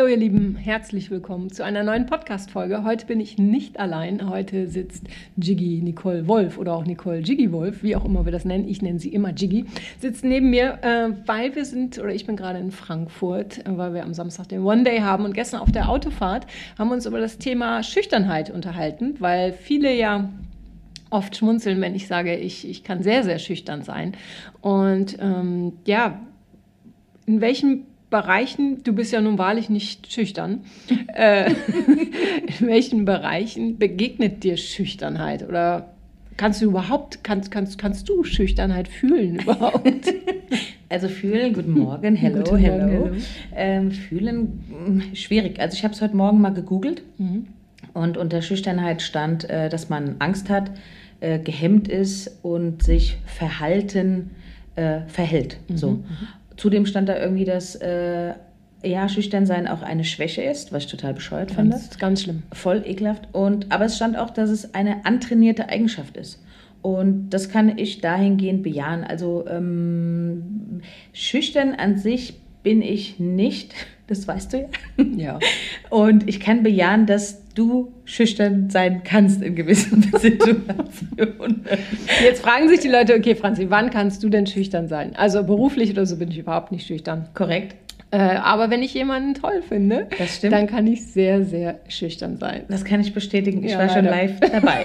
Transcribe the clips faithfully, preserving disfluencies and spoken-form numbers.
Hallo ihr Lieben, herzlich willkommen zu einer neuen Podcast-Folge. Heute bin ich nicht allein, heute sitzt Jiggy Nicole Wolf oder auch Nicole Jiggy Wolf, wie auch immer wir das nennen, ich nenne sie immer Jiggy, sitzt neben mir, äh, weil wir sind, oder ich bin gerade in Frankfurt, äh, weil wir am Samstag den One Day haben und gestern auf der Autofahrt haben wir uns über das Thema Schüchternheit unterhalten, weil viele ja oft schmunzeln, wenn ich sage, ich, ich kann sehr, sehr schüchtern sein. Und ähm, ja, in welchen Bereichen, du bist ja nun wahrlich nicht schüchtern, äh, in welchen Bereichen begegnet dir Schüchternheit? Oder kannst du überhaupt, kannst, kannst, kannst du Schüchternheit fühlen überhaupt? Also fühlen, guten Morgen, hello, Guten hello. Morgen, hello. Ähm, fühlen, mh, schwierig. Also ich habe es heute Morgen mal gegoogelt Mhm. und unter Schüchternheit stand, äh, dass man Angst hat, äh, gehemmt ist und sich Verhalten äh, verhält. Mhm. So. Mhm. Zudem stand da irgendwie, dass äh, ja, Schüchternsein auch eine Schwäche ist, was ich total bescheuert fand. Ganz, ganz schlimm. Voll ekelhaft. Und, aber es stand auch, dass es eine antrainierte Eigenschaft ist. Und das kann ich dahingehend bejahen. Also ähm, schüchtern an sich bin ich nicht, das weißt du ja. Ja. Und ich kann bejahen, dass du schüchtern sein kannst in gewissen Situationen. Jetzt fragen sich die Leute, okay Franzi, wann kannst du denn schüchtern sein? Also beruflich oder so bin ich überhaupt nicht schüchtern. Korrekt. Äh, aber wenn ich jemanden toll finde, Das stimmt. dann kann ich sehr, sehr schüchtern sein. Das kann ich bestätigen. Ich Ja, war schon leider. live dabei.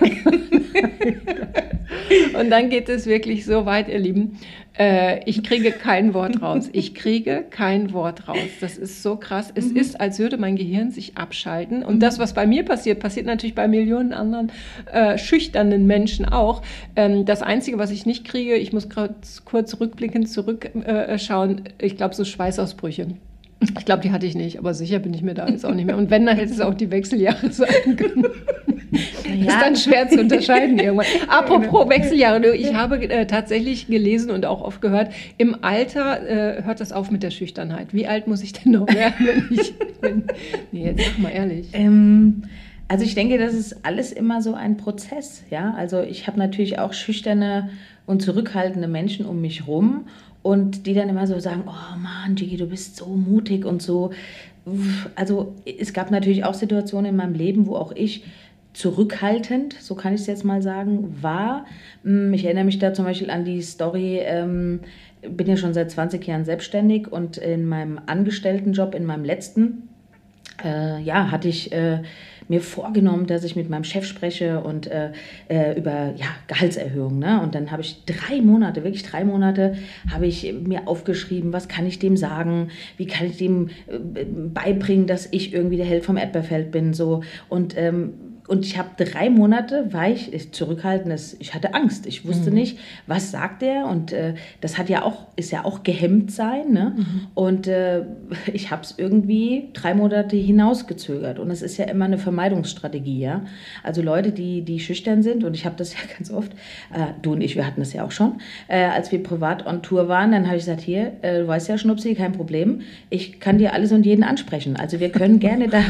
Und dann geht es wirklich so weit, ihr Lieben. Äh, ich kriege kein Wort raus. Ich kriege kein Wort raus. Das ist so krass. Es Mhm. ist, als würde mein Gehirn sich abschalten. Und das, was bei mir passiert, passiert natürlich bei Millionen anderen äh, schüchternen Menschen auch. Ähm, das Einzige, was ich nicht kriege, ich muss gerade kurz rückblickend zurückschauen, äh, schauen, ich glaube, so Schweißausbrüche. Ich glaube, die hatte ich nicht, aber sicher bin ich mir da jetzt auch nicht mehr. Und wenn, dann hätte es auch die Wechseljahre sein können. Ja. Ist dann schwer zu unterscheiden irgendwann. Apropos Wechseljahre, du, ich habe äh, tatsächlich gelesen und auch oft gehört, im Alter äh, hört das auf mit der Schüchternheit. Wie alt muss ich denn noch werden, wenn ich bin? Nee, jetzt sag mal ehrlich. Ähm, also ich denke, das ist alles immer so ein Prozess. Ja? Also ich habe natürlich auch schüchterne und zurückhaltende Menschen um mich rum und die dann immer so sagen, oh Mann, Jiggy, du bist so mutig und so. Also es gab natürlich auch Situationen in meinem Leben, wo auch ich zurückhaltend, so kann ich es jetzt mal sagen, war. Ich erinnere mich da zum Beispiel an die Story, ähm, bin ja schon seit zwanzig Jahren selbstständig und in meinem Angestelltenjob, in meinem letzten, äh, ja, hatte ich äh, mir vorgenommen, dass ich mit meinem Chef spreche und äh, äh, über ja, Gehaltserhöhung. Ne? Und dann habe ich drei Monate, wirklich drei Monate, habe ich mir aufgeschrieben, was kann ich dem sagen, wie kann ich dem äh, beibringen, dass ich irgendwie der Held vom Erdbeerfeld bin. So. Und ähm, Und ich habe drei Monate, war ich, ich zurückhaltendes, ich hatte Angst. Ich wusste Mhm. nicht, was sagt er. Und äh, das hat ja auch, ist ja auch gehemmt sein. Ne? Mhm. Und äh, ich habe es irgendwie drei Monate hinausgezögert. Und es ist ja immer eine Vermeidungsstrategie. Ja? Also Leute, die, die schüchtern sind, und ich habe das ja ganz oft, äh, du und ich, wir hatten das ja auch schon, äh, als wir privat on Tour waren, dann habe ich gesagt, hier, äh, du weißt ja, Schnupsi, kein Problem. Ich kann dir alles und jeden ansprechen. Also wir können gerne da...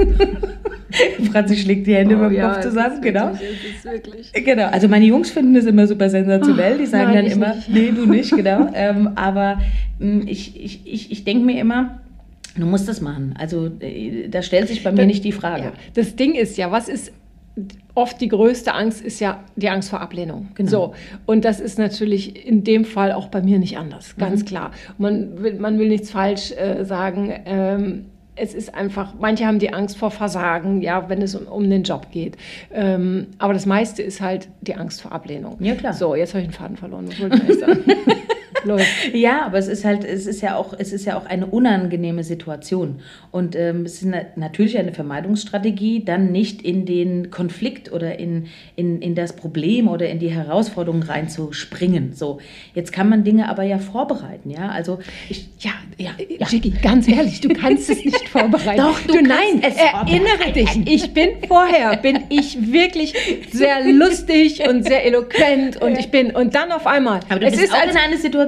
Franzi schlägt die Hände Oh, über den ja, Kopf es zusammen, ist genau. Wirklich, es ist wirklich. Genau, also meine Jungs finden das immer super sensationell, die Ach, sagen nein, dann ich immer, nicht. nee, du nicht, genau. ähm, aber mh, ich, ich, ich, ich denke mir immer, du musst das machen. Also äh, da stellt sich bei mir Das- nicht die Frage. Ja, das Ding ist ja, was ist oft die größte Angst, ist ja die Angst vor Ablehnung. Genau. So. Und das ist natürlich in dem Fall auch bei mir nicht anders, ganz Mhm. klar. Man will, man will nichts falsch äh, sagen. Ähm, es ist einfach, manche haben die Angst vor Versagen, ja, wenn es um, um den Job geht. Ähm, aber das meiste ist halt die Angst vor Ablehnung. Ja, klar. So, jetzt habe ich den Faden verloren. Was wollte ich eigentlich sagen? Läuft. Ja, aber es ist halt, es ist ja auch, es ist ja auch eine unangenehme Situation. Und ähm, es ist na- natürlich eine Vermeidungsstrategie, dann nicht in den Konflikt oder in, in, in das Problem oder in die Herausforderung reinzuspringen. So, jetzt kann man Dinge aber ja vorbereiten, ja. Also ich, Ja, ja, ja, ja. Jiggy, ganz ehrlich, du kannst es nicht vorbereiten. Doch, du du kannst nein, es erinnere dich. Ich bin vorher, bin ich wirklich sehr lustig und sehr eloquent und ich bin, und dann auf einmal. Aber du es bist ist auch als in eine Situation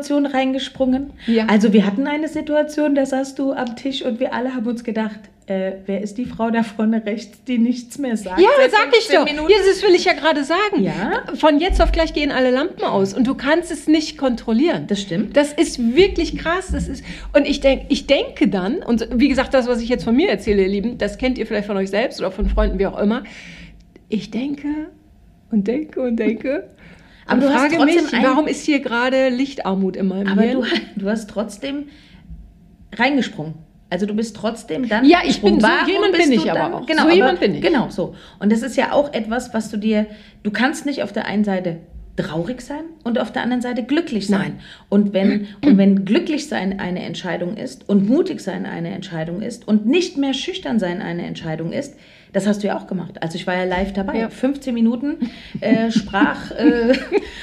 Situation reingesprungen. Ja. Also wir hatten eine Situation, da saßt du am Tisch und wir alle haben uns gedacht, äh, wer ist die Frau da vorne rechts, die nichts mehr sagt? Ja, Seit sag ich fünfzehn doch. Minuten. Ja, das will ich ja gerade sagen. Ja. Von jetzt auf gleich gehen alle Lampen aus und du kannst es nicht kontrollieren. Das stimmt. Das ist wirklich krass. Das ist, und ich, denk, ich denke dann, und wie gesagt, das, was ich jetzt von mir erzähle, ihr Lieben, das kennt ihr vielleicht von euch selbst oder von Freunden, wie auch immer. Ich denke und denke und denke Aber und du hast frage mich, trotzdem ein- warum ist hier gerade Lichtarmut in meinem Aber Hirn? du, du hast trotzdem reingesprungen. Also du bist trotzdem dann... Ja, ich bin so Warum jemand bist bin du ich aber dann- auch. Genau, So aber, jemand bin ich. Genau, so. Und das ist ja auch etwas, was du dir... Du kannst nicht auf der einen Seite traurig sein und auf der anderen Seite glücklich sein. Nein. Und wenn, und wenn glücklich sein eine Entscheidung ist und mutig sein eine Entscheidung ist und nicht mehr schüchtern sein eine Entscheidung ist, das hast du ja auch gemacht. Also ich war ja live dabei. Ja. fünfzehn Minuten äh, Sprach äh,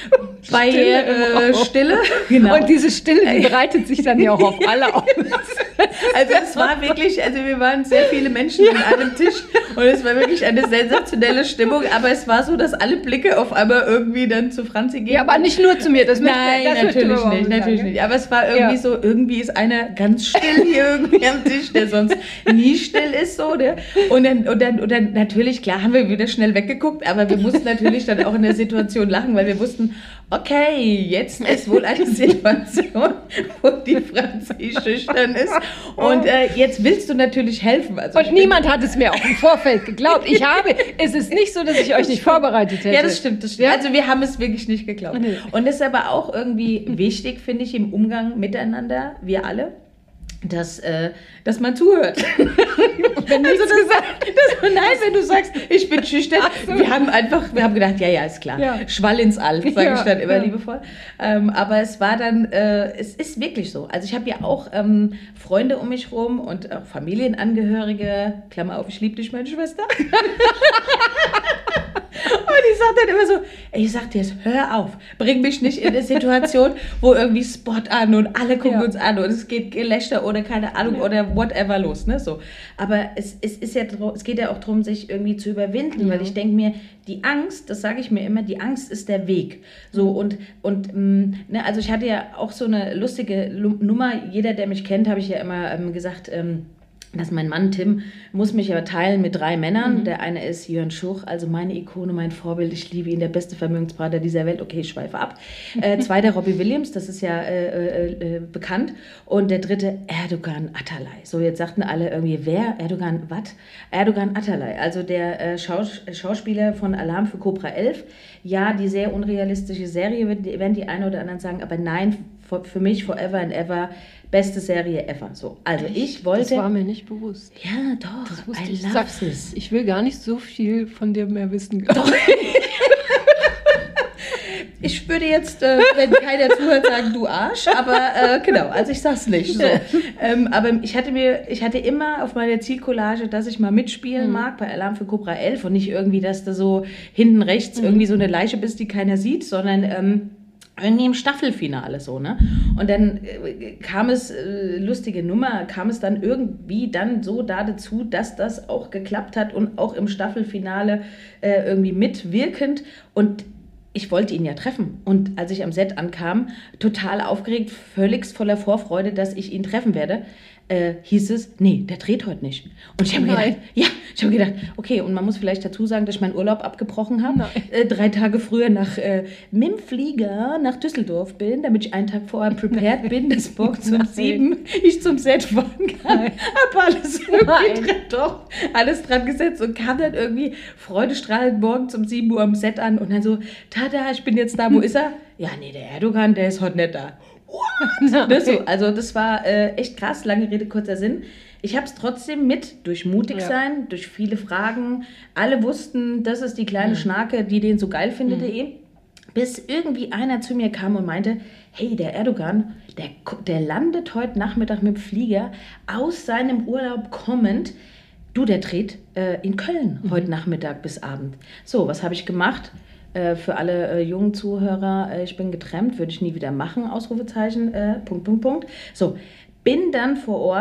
bei Stille im äh, Raum. Stille. Genau. Und diese Stille, die breitet sich dann ja auch auf alle aus. Also es war wirklich, also wir waren sehr viele Menschen an einem Tisch und es war wirklich eine sensationelle Stimmung, aber es war so, dass alle Blicke auf einmal irgendwie dann zu Franzi gingen. Ja, aber nicht nur zu mir. Das möchte, Nein, das möchte natürlich man nicht, sagen, natürlich ne? nicht. Aber es war irgendwie Ja. so, irgendwie ist einer ganz still hier irgendwie am Tisch, der sonst nie still ist so. Ne? Und, dann, und, dann, und dann natürlich, klar, haben wir wieder schnell weggeguckt, aber wir mussten natürlich dann auch in der Situation lachen, weil wir wussten, okay, jetzt ist wohl eine Situation, wo die Franzi schüchtern ist und äh, jetzt willst du natürlich helfen. Also ich Und bin- niemand hat es mir auch im Vorfeld geglaubt. Ich habe, es ist nicht so, dass ich euch nicht vorbereitet hätte. Ja, das stimmt, das stimmt. Ja? Also wir haben es wirklich nicht geglaubt. Nee. Und das ist aber auch irgendwie wichtig, finde ich, im Umgang miteinander, wir alle, dass, äh, dass man zuhört. Wenn Also nichts das, gesagt. das, nein, wenn du sagst, ich bin schüchtern, wir haben einfach, wir haben gedacht, ja, ja, ist klar, Ja. Schwall ins All, sage Ja, ich dann immer ja. liebevoll. Ähm, aber es war dann, äh, es ist wirklich so. Also ich habe ja auch ähm, Freunde um mich rum und auch Familienangehörige, Klammer auf, ich liebe dich, meine Schwester. Und ich sag dann immer so, ey, ich sag dir jetzt, hör auf, bring mich nicht in eine Situation, wo irgendwie Spot an und alle gucken Ja. uns an und es geht Gelächter oder keine Ahnung Ja. oder whatever los, ne, so. Aber es, es ist ja, dro- es geht ja auch darum, sich irgendwie zu überwinden, Ja. weil ich denke mir, die Angst, das sage ich mir immer, die Angst ist der Weg, so und, und, mh, ne, also ich hatte ja auch so eine lustige Lu- Nummer, jeder, der mich kennt, habe ich ja immer ähm, gesagt, ähm, dass mein Mann Tim muss mich aber teilen mit drei Männern. Mhm. Der eine ist Jörn Schuch, also meine Ikone, mein Vorbild. Ich liebe ihn, der beste Vermögensberater dieser Welt. Okay, ich schweife ab. Äh, zweiter Robbie Williams, das ist ja äh, äh, äh, bekannt. Und der dritte Erdogan Atalay. So, jetzt sagten alle irgendwie, wer? Erdogan, was? Erdogan Atalay, also der äh, Schaus Schauspieler von Alarm für Cobra elf. Ja, die sehr unrealistische Serie, wird- werden die einen oder anderen sagen, aber nein, für, für mich forever and ever, beste Serie ever. So, also ich wollte... Das war mir nicht bewusst. Ja, doch. Das wusste I ich. love Sag's. this. Ich will gar nicht so viel von dir mehr wissen. Ich würde jetzt, äh, wenn keiner zuhört, sagen, du Arsch, aber äh, genau, also ich sag's nicht. So. Ähm, aber ich hatte mir, ich hatte immer auf meiner Zielcollage, dass ich mal mitspielen Mhm. mag bei Alarm für Cobra elf und nicht irgendwie, dass du so hinten rechts Mhm. irgendwie so eine Leiche bist, die keiner sieht, sondern ähm, irgendwie im Staffelfinale so, ne? Und dann äh, kam es, äh, lustige Nummer, kam es dann irgendwie dann so da dazu, dass das auch geklappt hat und auch im Staffelfinale äh, irgendwie mitwirkend und ich wollte ihn ja treffen. Und als ich am Set ankam, total aufgeregt, völlig voller Vorfreude, dass ich ihn treffen werde, äh, hieß es, nee, der dreht heute nicht. Und ich habe mir Nein. gedacht, ja, ich habe gedacht, okay, und man muss vielleicht dazu sagen, dass ich meinen Urlaub abgebrochen habe. Nein. Äh, drei Tage früher nach, äh, mit dem Flieger nach Düsseldorf bin, damit ich einen Tag vorher prepared bin, dass morgens um Nein. sieben ich zum Set fahren kann. Nein. Habe alles irgendwie Nein. dran, doch, alles dran gesetzt und kam dann irgendwie freudestrahlend morgens um sieben Uhr am Set an und dann so, tada, ich bin jetzt da, wo ist er? Ja, nee, der Erdogan, der ist heute nicht da. Nein. Ne, so, also das war äh, echt krass, lange Rede, kurzer Sinn. Ich habe es trotzdem mit, durch mutig Ja. sein, durch viele Fragen. Alle wussten, das ist die kleine Schnarke, die den so geil findet, eh. Bis irgendwie einer zu mir kam und meinte, hey, der Erdogan, der, der landet heute Nachmittag mit dem Flieger aus seinem Urlaub kommend. Du, der dreht äh, in Köln heute Nachmittag bis Abend. So, was habe ich gemacht? Äh, für alle äh, jungen Zuhörer, äh, ich bin getrennt, würde ich nie wieder machen, Ausrufezeichen, äh, Punkt, Punkt, Punkt. So, bin dann vor Ort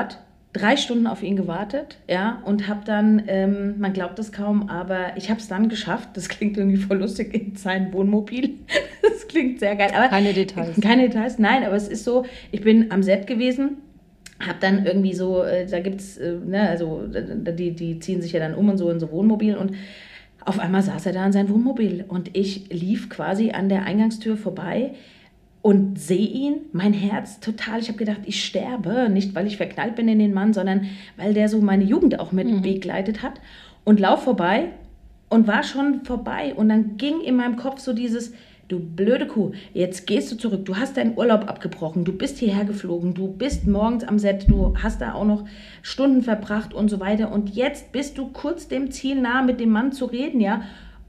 drei Stunden auf ihn gewartet, ja, und habe dann, ähm, man glaubt es kaum, aber ich habe es dann geschafft. Das klingt irgendwie voll lustig, in sein Wohnmobil. Das klingt sehr geil. Aber keine Details. Keine Details, nein, aber es ist so, ich bin am Set gewesen, habe dann irgendwie so, äh, da gibt es, äh, ne, also die, die ziehen sich ja dann um und so in so Wohnmobil und auf einmal saß er da in seinem Wohnmobil und ich lief quasi an der Eingangstür vorbei und sehe ihn, mein Herz total, ich habe gedacht, ich sterbe, nicht weil ich verknallt bin in den Mann, sondern weil der so meine Jugend auch mit mhm. begleitet hat und lauf vorbei und war schon vorbei und dann ging in meinem Kopf so dieses, du blöde Kuh, jetzt gehst du zurück, du hast deinen Urlaub abgebrochen, du bist hierher geflogen, du bist morgens am Set, du hast da auch noch Stunden verbracht und so weiter und jetzt bist du kurz dem Ziel nah, mit dem Mann zu reden, ja,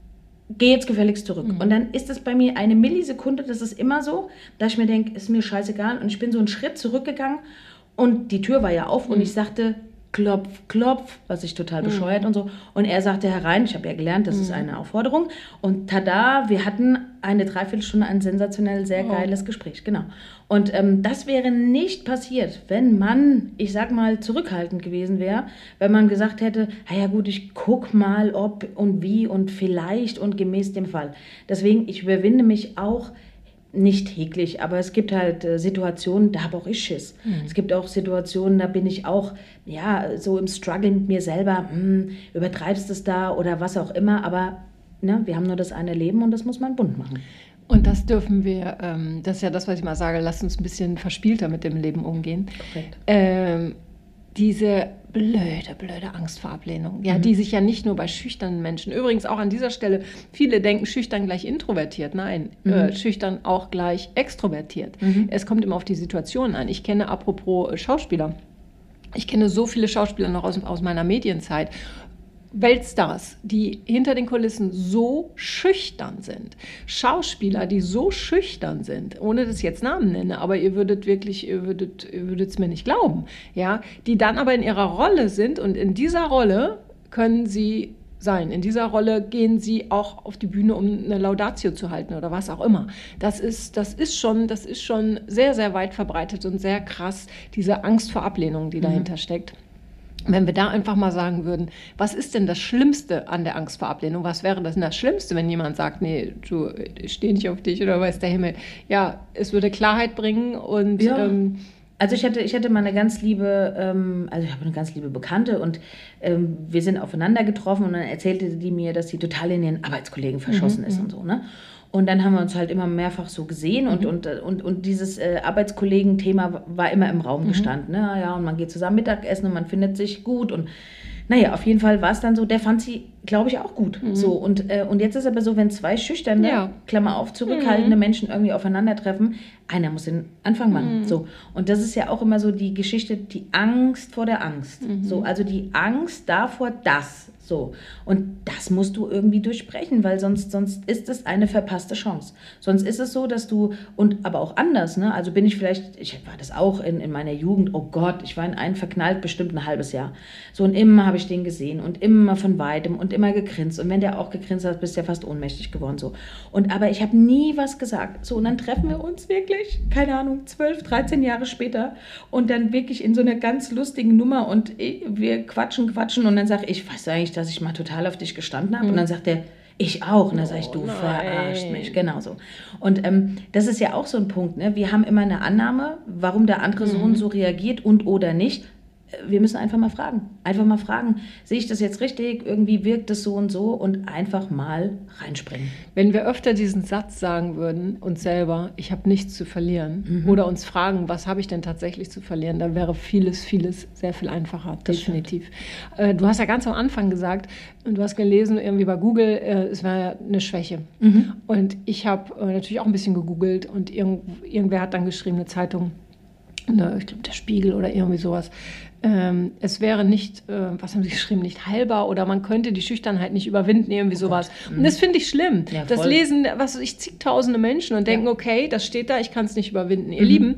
geh jetzt gefälligst zurück. Mhm. Und dann ist das bei mir eine Millisekunde, das ist immer so, dass ich mir denke, ist mir scheißegal und ich bin so einen Schritt zurückgegangen und die Tür war ja auf mhm. und ich sagte, klopf, klopf, was ich total bescheuert mhm. und so. Und er sagte herein, ich habe ja gelernt, das mhm. ist eine Aufforderung. Und tada, wir hatten eine Dreiviertelstunde ein sensationell sehr geiles oh. Gespräch, genau. Und ähm, das wäre nicht passiert, wenn man, ich sag mal, zurückhaltend gewesen wäre, wenn man gesagt hätte, ah ja gut, ich guck mal, ob und wie und vielleicht und gemäß dem Fall. Deswegen, ich überwinde mich auch nicht täglich, aber es gibt halt äh, Situationen, da habe auch ich Schiss. Mhm. Es gibt auch Situationen, da bin ich auch, ja, so im Struggle mit mir selber, hm, übertreibst es da oder was auch immer, aber ne, wir haben nur das eine Leben und das muss man bunt machen. Und das dürfen wir, ähm, das ist ja das, was ich mal sage, lasst uns ein bisschen verspielter mit dem Leben umgehen. Korrekt. Ähm, diese blöde, blöde Angst vor Ablehnung, ja, mhm. die sich ja nicht nur bei schüchternen Menschen, übrigens auch an dieser Stelle, viele denken schüchtern gleich introvertiert, nein, mhm. äh, schüchtern auch gleich extrovertiert. Mhm. Es kommt immer auf die Situation an. Ich kenne, apropos Schauspieler, ich kenne so viele Schauspieler noch aus, aus meiner Medienzeit, Weltstars, die hinter den Kulissen so schüchtern sind. Schauspieler, die so schüchtern sind, ohne dass ich jetzt Namen nenne, aber ihr würdet wirklich, ihr würdet, ihr würdet es mir nicht glauben, ja, die dann aber in ihrer Rolle sind und in dieser Rolle können sie sein. In dieser Rolle gehen sie auch auf die Bühne, um eine Laudatio zu halten oder was auch immer. Das ist, das ist schon, das ist schon sehr, sehr weit verbreitet und sehr krass, diese Angst vor Ablehnung, die mhm. dahinter steckt. Wenn wir da einfach mal sagen würden, was ist denn das Schlimmste an der Angst vor Ablehnung? Was wäre das denn das Schlimmste, wenn jemand sagt, nee, du, ich stehe nicht auf dich oder weiß der Himmel? Ja, es würde Klarheit bringen und... Ja. Ähm, also ich hatte, ich hatte mal eine ganz liebe, ähm, also ich habe eine ganz liebe Bekannte und ähm, wir sind aufeinander getroffen und dann erzählte die mir, dass sie total in ihren Arbeitskollegen verschossen mhm, ist und so, ne? Und dann haben wir uns halt immer mehrfach so gesehen und, mhm. und, und, und dieses äh, Arbeitskollegen-Thema war immer im Raum mhm. gestanden. Ne? Ja, und man geht zusammen Mittagessen und man findet sich gut. Und naja, auf jeden Fall war es dann so, der fand sie, glaube ich, auch gut. Mhm. So, und, äh, und jetzt ist aber so, wenn zwei schüchterne, ja. Klammer auf, zurückhaltende mhm. Menschen irgendwie aufeinandertreffen, einer muss den Anfang machen. Mhm. So. Und das ist ja auch immer so die Geschichte, die Angst vor der Angst. Mhm. So, also die Angst davor, dass... So. Und das musst du irgendwie durchbrechen, weil sonst, sonst ist es eine verpasste Chance. Sonst ist es so, dass du, und aber auch anders, ne? Also bin ich vielleicht, ich war das auch in, in meiner Jugend, oh Gott, ich war in einen verknallt, bestimmt ein halbes Jahr. So, und immer habe ich den gesehen und immer von weitem und immer gegrinst. Und wenn der auch gegrinst hat, bist du ja fast ohnmächtig geworden. So. Und aber ich habe nie was gesagt. So, und dann treffen wir uns wirklich, keine Ahnung, zwölf, dreizehn Jahre später und dann wirklich in so einer ganz lustigen Nummer und wir quatschen, quatschen und dann sage ich, ich weiß eigentlich, dass ich mal total auf dich gestanden habe. Mhm. Und dann sagt er, ich auch. Und dann sage ich, du oh, verarscht mich. Genau so. Und ähm, das ist ja auch so ein Punkt. Ne? Wir haben immer eine Annahme, warum der andere mhm. so und so reagiert und oder nicht. Wir müssen einfach mal fragen. Einfach mal fragen, sehe ich das jetzt richtig? Irgendwie wirkt das so und so und einfach mal reinspringen. Wenn wir öfter diesen Satz sagen würden, uns selber, ich habe nichts zu verlieren, mhm. oder uns fragen, was habe ich denn tatsächlich zu verlieren, dann wäre vieles, vieles sehr viel einfacher, das definitiv. Äh, du hast ja ganz am Anfang gesagt, du hast gelesen, irgendwie bei Google, äh, es war ja eine Schwäche. Mhm. Und ich habe äh, natürlich auch ein bisschen gegoogelt und irgend, irgendwer hat dann geschrieben, eine Zeitung, ne, ich glaube der Spiegel oder irgendwie sowas, Ähm, es wäre nicht, äh, was haben sie geschrieben, nicht heilbar oder man könnte die Schüchternheit nicht überwinden, irgendwie oh sowas. Gott. Und das finde ich schlimm. Ja, das lesen, was weiß ich, zigtausende Menschen und denken, ja. okay, das steht da, ich kann es nicht überwinden. Ihr mhm. Lieben,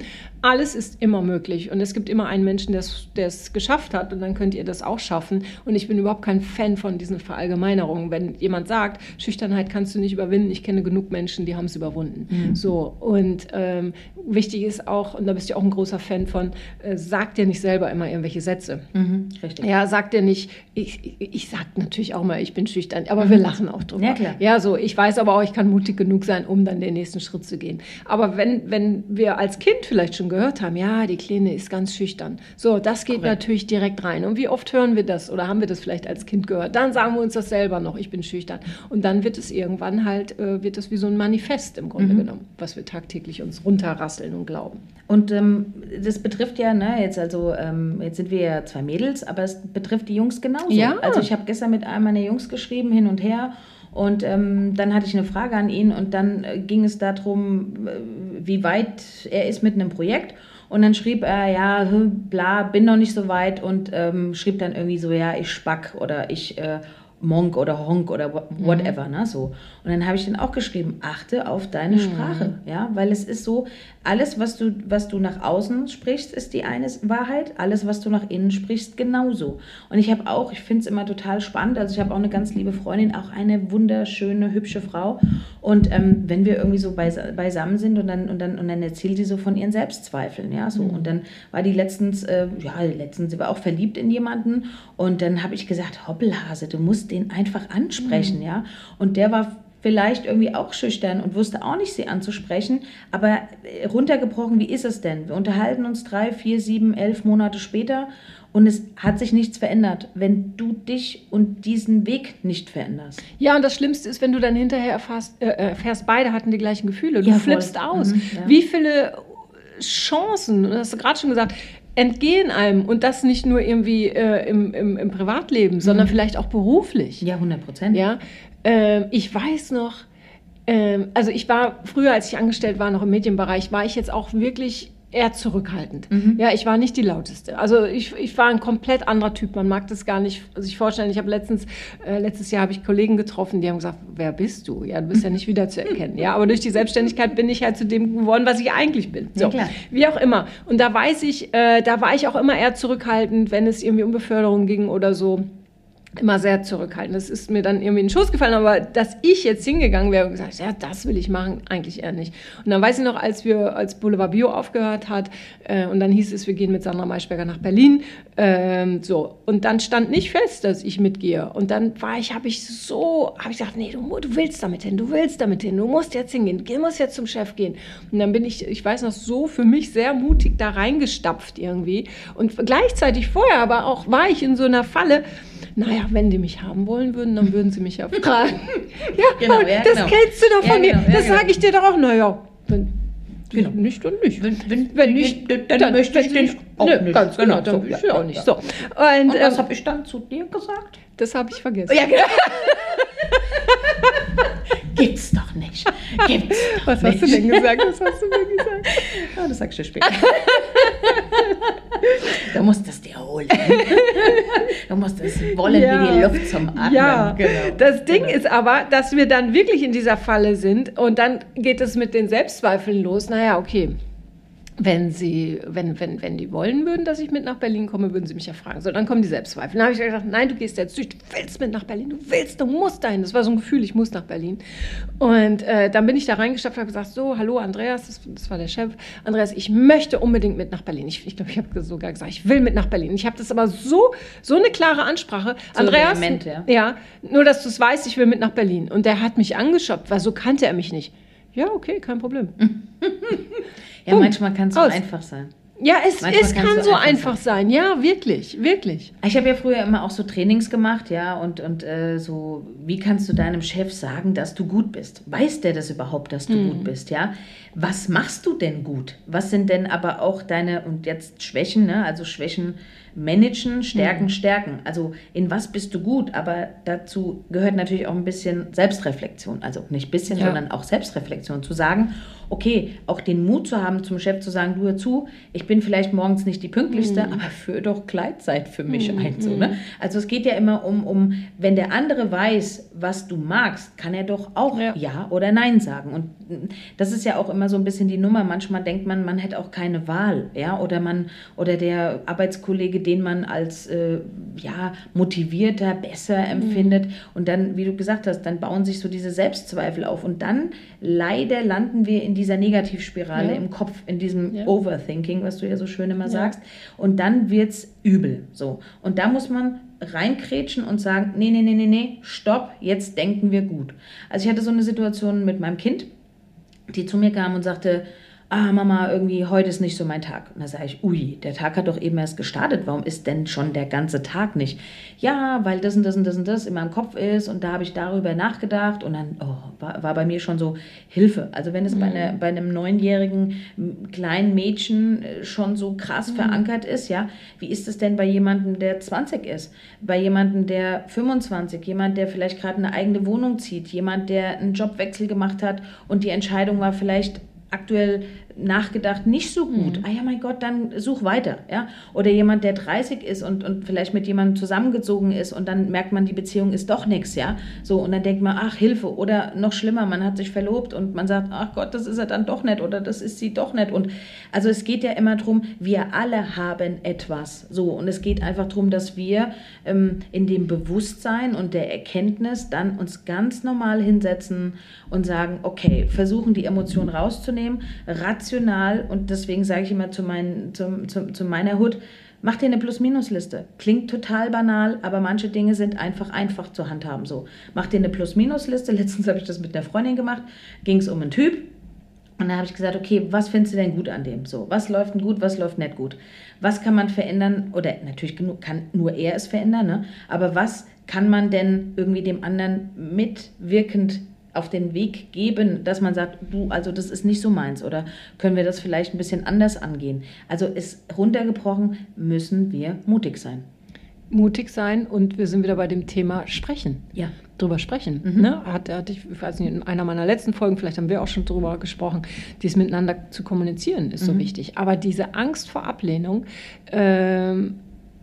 Alles ist immer möglich und es gibt immer einen Menschen, der es geschafft hat und dann könnt ihr das auch schaffen. Und ich bin überhaupt kein Fan von diesen Verallgemeinerungen. Wenn jemand sagt, Schüchternheit kannst du nicht überwinden, ich kenne genug Menschen, die haben es überwunden. Mhm. So, und ähm, wichtig ist auch, und da bist du auch ein großer Fan von, äh, sag dir nicht selber immer irgendwelche Sätze. Mhm, richtig. Ja, sag dir nicht, ich, ich, ich sag natürlich auch mal, ich bin schüchtern, aber mhm. wir lachen auch drüber. Ja, klar. Ja, so, ich weiß aber auch, ich kann mutig genug sein, um dann den nächsten Schritt zu gehen. Aber wenn, wenn wir als Kind vielleicht schon gehört haben, ja, die Kleine ist ganz schüchtern. So, das geht Korrekt. Natürlich direkt rein. Und wie oft hören wir das oder haben wir das vielleicht als Kind gehört? Dann sagen wir uns das selber noch, ich bin schüchtern. Und dann wird es irgendwann halt, äh, wird es wie so ein Manifest im Grunde mhm. genommen, was wir tagtäglich uns runterrasseln und glauben. Und ähm, das betrifft ja, ne, jetzt also, ähm, jetzt sind wir ja zwei Mädels, aber es betrifft die Jungs genauso. Ja. Also ich habe gestern mit einem meiner Jungs geschrieben, hin und her. Und ähm, dann hatte ich eine Frage an ihn und dann äh, ging es darum, äh, wie weit er ist mit einem Projekt. Und dann schrieb er, ja, bla, bin noch nicht so weit und ähm, schrieb dann irgendwie so, ja, ich spack oder ich äh, Monk oder Honk oder whatever, mhm. ne, so. Und dann habe ich dann auch geschrieben, achte auf deine mhm. Sprache, ja, weil es ist so, alles, was du, was du nach außen sprichst, ist die eine Wahrheit, alles, was du nach innen sprichst, genauso. Und ich habe auch, ich finde es immer total spannend, also ich habe auch eine ganz liebe Freundin, auch eine wunderschöne, hübsche Frau und ähm, wenn wir irgendwie so beis- beisammen sind und dann, und, dann, und dann erzählt sie so von ihren Selbstzweifeln, ja, so. Mhm. Und dann war die letztens, äh, ja, letztens, sie war auch verliebt in jemanden und dann habe ich gesagt, Hoppelhase, du musst den einfach ansprechen, mhm. ja, und der war vielleicht irgendwie auch schüchtern und wusste auch nicht, sie anzusprechen, aber runtergebrochen, wie ist es denn? Wir unterhalten uns drei, vier, sieben, elf Monate später und es hat sich nichts verändert, wenn du dich und diesen Weg nicht veränderst. Ja, und das Schlimmste ist, wenn du dann hinterher erfährst, äh, erfährst beide hatten die gleichen Gefühle. Du ja, flippst aus. Mhm, ja. Wie viele Chancen, das hast du gerade schon gesagt, entgehen einem und das nicht nur irgendwie äh, im, im, im Privatleben, sondern mhm. vielleicht auch beruflich. Ja, hundert Prozent. Ja, ähm, ich weiß noch, ähm, also ich war früher, als ich angestellt war, noch im Medienbereich, war ich jetzt auch wirklich eher zurückhaltend. Mhm. Ja, ich war nicht die lauteste. Also ich, ich war ein komplett anderer Typ. Man mag das gar nicht sich vorstellen. Ich habe letztens, äh, letztes Jahr habe ich Kollegen getroffen, die haben gesagt, wer bist du? Ja, du bist ja nicht wiederzuerkennen. Ja, aber durch die Selbstständigkeit bin ich halt zu dem geworden, was ich eigentlich bin. So, ja, klar. Wie auch immer. Und da weiß ich, äh, da war ich auch immer eher zurückhaltend, wenn es irgendwie um Beförderung ging oder so. Immer sehr zurückhaltend. Das ist mir dann irgendwie in den Schoß gefallen, aber dass ich jetzt hingegangen wäre und gesagt, ja, das will ich machen, eigentlich eher nicht. Und dann weiß ich noch, als wir, als Boulevard Bio aufgehört hat, äh, und dann hieß es, wir gehen mit Sandra Maischberger nach Berlin, ähm, so. Und dann stand nicht fest, dass ich mitgehe. Und dann war ich, habe ich so, habe ich gesagt, nee, du, du willst damit hin, du willst damit hin, du musst jetzt hingehen, du musst jetzt zum Chef gehen. Und dann bin ich, ich weiß noch, so für mich sehr mutig da reingestapft irgendwie. Und gleichzeitig vorher aber auch war ich in so einer Falle, naja, wenn die mich haben wollen würden, dann würden sie mich ja fragen. Ja, genau, ja, das genau. kennst du doch von ja, mir. Genau, das ja, sage ich dir doch auch. Naja, wenn genau. nicht, dann nicht. Wenn, wenn, wenn nicht, dann, dann, dann möchte ich wenn den nicht, auch nö, nicht. Ganz genau, dann so, will ich ja, auch nicht. ja. So. Und, Und was ähm, habe ich dann zu dir gesagt? Das habe ich vergessen. Ja, genau. Gibt's doch nicht. Gibt's doch Was nicht. hast du denn gesagt? Was hast du denn gesagt? Ja, das sagst du später. Du musst das dir holen. Du musst das wollen Ja. wie die Luft zum Atmen. Ja, genau. das Ding genau. ist aber, dass wir dann wirklich in dieser Falle sind und dann geht es mit den Selbstzweifeln los. Naja, okay. Wenn sie, wenn, wenn, wenn die wollen würden, dass ich mit nach Berlin komme, würden sie mich ja fragen. So, dann kommen die Selbstzweifel. Dann habe ich gesagt, nein, du gehst jetzt durch, du willst mit nach Berlin, du willst, du musst dahin. Das war so ein Gefühl, ich muss nach Berlin. Und äh, dann bin ich da reingestapft und habe gesagt, so, hallo Andreas, das, das war der Chef. Andreas, ich möchte unbedingt mit nach Berlin. Ich, ich glaube, ich habe sogar gesagt, ich will mit nach Berlin. Ich habe das aber so, so eine klare Ansprache. So Andreas, vehement, ja. ja, nur, dass du es weißt, ich will mit nach Berlin. Und der hat mich angeschoppt, weil so kannte er mich nicht. Ja, okay, kein Problem. Ja, Punkt. manchmal kann es so Aus. einfach sein. Ja, es, Manchmal es kann's kann so so einfach einfach sein. Ja, wirklich, wirklich. Ich habe ja früher immer auch so Trainings gemacht, ja, und, und äh, so, wie kannst du deinem Chef sagen, dass du gut bist? Weiß der das überhaupt, dass du Mhm. gut bist, ja? Was machst du denn gut? Was sind denn aber auch deine, und jetzt Schwächen, ne? Also Schwächen managen, stärken, Mhm. stärken. Also in was bist du gut? Aber dazu gehört natürlich auch ein bisschen Selbstreflexion. Also nicht ein bisschen, Ja. sondern auch Selbstreflexion. Zu sagen, okay, auch den Mut zu haben, zum Chef zu sagen, du hör zu, ich bin vielleicht morgens nicht die Pünktlichste, Mhm. aber führ doch Gleitzeit für mich Mhm. ein. So, ne? Also es geht ja immer um, um, wenn der andere weiß, was du magst, kann er doch auch Ja. Ja oder Nein sagen. Und das ist ja auch immer so ein bisschen die Nummer. Manchmal denkt man, man hätte auch keine Wahl, ja, oder man, oder der Arbeitskollege, den man als äh, ja, motivierter, besser empfindet. Und dann, wie du gesagt hast, dann bauen sich so diese Selbstzweifel auf. Und dann leider landen wir in dieser Negativspirale Ja. im Kopf, in diesem Ja. Overthinking, was du ja so schön immer Ja. sagst. Und dann wird's übel. So. Und da muss man reinkrätschen und sagen, nee, nee, nee, nee, nee, stopp, jetzt denken wir gut. Also ich hatte so eine Situation mit meinem Kind, die zu mir kam und sagte, ah Mama, irgendwie heute ist nicht so mein Tag. Und da sage ich, ui, der Tag hat doch eben erst gestartet, warum ist denn schon der ganze Tag nicht? Ja, weil das und das und das und das in meinem Kopf ist und da habe ich darüber nachgedacht und dann oh, war, war bei mir schon so Hilfe. Also wenn es mhm. bei, einer, bei einem neunjährigen kleinen Mädchen schon so krass mhm. verankert ist, ja, wie ist es denn bei jemandem, der zwanzig ist? Bei jemandem, der fünfundzwanzig, jemand, der vielleicht gerade eine eigene Wohnung zieht, jemand, der einen Jobwechsel gemacht hat und die Entscheidung war vielleicht aktuell nachgedacht nicht so gut. Mhm. Ah ja, mein Gott, dann such weiter. Ja? Oder jemand, der dreißig ist und, und vielleicht mit jemandem zusammengezogen ist und dann merkt man, die Beziehung ist doch nichts. Ja? So, und dann denkt man, ach, Hilfe. Oder noch schlimmer, man hat sich verlobt und man sagt, ach Gott, das ist er dann doch nicht oder das ist sie doch nicht. Und also es geht ja immer darum, wir alle haben etwas. So, und es geht einfach darum, dass wir ähm, in dem Bewusstsein und der Erkenntnis dann uns ganz normal hinsetzen und sagen, okay, versuchen die Emotionen rauszunehmen, rational, und deswegen sage ich immer zu, meinen, zu, zu, zu meiner Hut, mach dir eine Plus-Minus-Liste. Klingt total banal, aber manche Dinge sind einfach einfach zu handhaben. So, mach dir eine Plus-Minus-Liste. Letztens habe ich das mit einer Freundin gemacht, ging es um einen Typ. Und da habe ich gesagt, okay, was findest du denn gut an dem? So, was läuft denn gut, was läuft nicht gut? Was kann man verändern? Oder natürlich kann nur er es verändern, ne? Aber was kann man denn irgendwie dem anderen mitwirkend auf den Weg geben, dass man sagt, du, also das ist nicht so meins oder können wir das vielleicht ein bisschen anders angehen? Also ist runtergebrochen, müssen wir mutig sein. Mutig sein, und wir sind wieder bei dem Thema sprechen. Ja. Drüber sprechen. Mhm. Ne? Hatte, hatte ich, ich weiß nicht, in einer meiner letzten Folgen, vielleicht haben wir auch schon drüber gesprochen, dies miteinander zu kommunizieren ist so Mhm. wichtig. Aber diese Angst vor Ablehnung, ähm,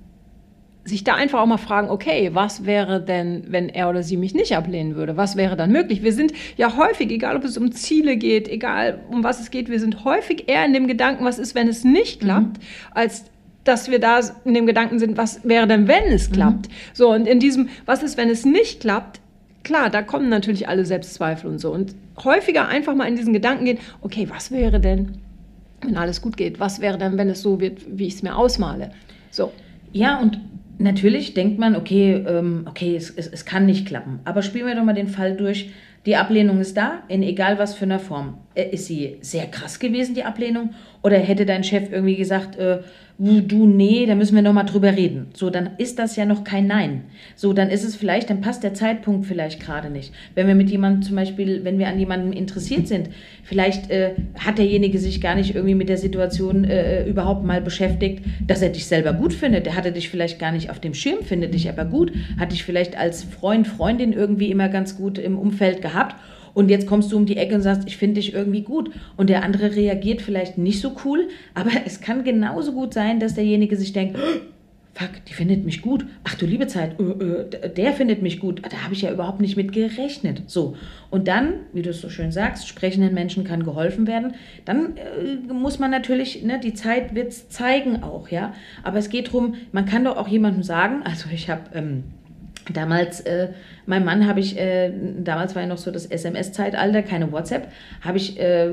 sich da einfach auch mal fragen, okay, was wäre denn, wenn er oder sie mich nicht ablehnen würde? Was wäre dann möglich? Wir sind ja häufig, egal ob es um Ziele geht, egal um was es geht, wir sind häufig eher in dem Gedanken, was ist, wenn es nicht klappt, mhm. als dass wir da in dem Gedanken sind, was wäre denn, wenn es klappt? Mhm. So, und in diesem, was ist, wenn es nicht klappt, klar, da kommen natürlich alle Selbstzweifel und so. Und häufiger einfach mal in diesen Gedanken gehen, okay, was wäre denn, wenn alles gut geht? Was wäre denn, wenn es so wird, wie ich es mir ausmale? So. Ja, und natürlich denkt man, okay, ähm, okay, es, es, es kann nicht klappen. Aber spielen wir doch mal den Fall durch. Die Ablehnung ist da, in egal was für einer Form. Ist sie sehr krass gewesen, die Ablehnung? Oder hätte dein Chef irgendwie gesagt, äh, du, nee, da müssen wir noch mal drüber reden. So, dann ist das ja noch kein Nein. So, dann ist es vielleicht, dann passt der Zeitpunkt vielleicht gerade nicht. Wenn wir mit jemandem zum Beispiel, wenn wir an jemandem interessiert sind, vielleicht äh, hat derjenige sich gar nicht irgendwie mit der Situation äh, überhaupt mal beschäftigt, dass er dich selber gut findet. Der hatte dich vielleicht gar nicht auf dem Schirm, findet dich aber gut, hat dich vielleicht als Freund, Freundin irgendwie immer ganz gut im Umfeld gehabt. Und jetzt kommst du um die Ecke und sagst, ich finde dich irgendwie gut. Und der andere reagiert vielleicht nicht so cool, aber es kann genauso gut sein, dass derjenige sich denkt, oh, fuck, die findet mich gut. Ach du liebe Zeit, äh, äh, der findet mich gut. Da habe ich ja überhaupt nicht mit gerechnet. So. Und dann, wie du es so schön sagst, sprechenden Menschen kann geholfen werden. Dann äh, muss man natürlich, ne, die Zeit wird es zeigen auch, ja. Aber es geht darum, man kann doch auch jemandem sagen, also ich habe... Ähm, Damals, äh, mein Mann habe ich, äh, damals war ja noch so das S M S-Zeitalter, keine WhatsApp, habe ich, äh,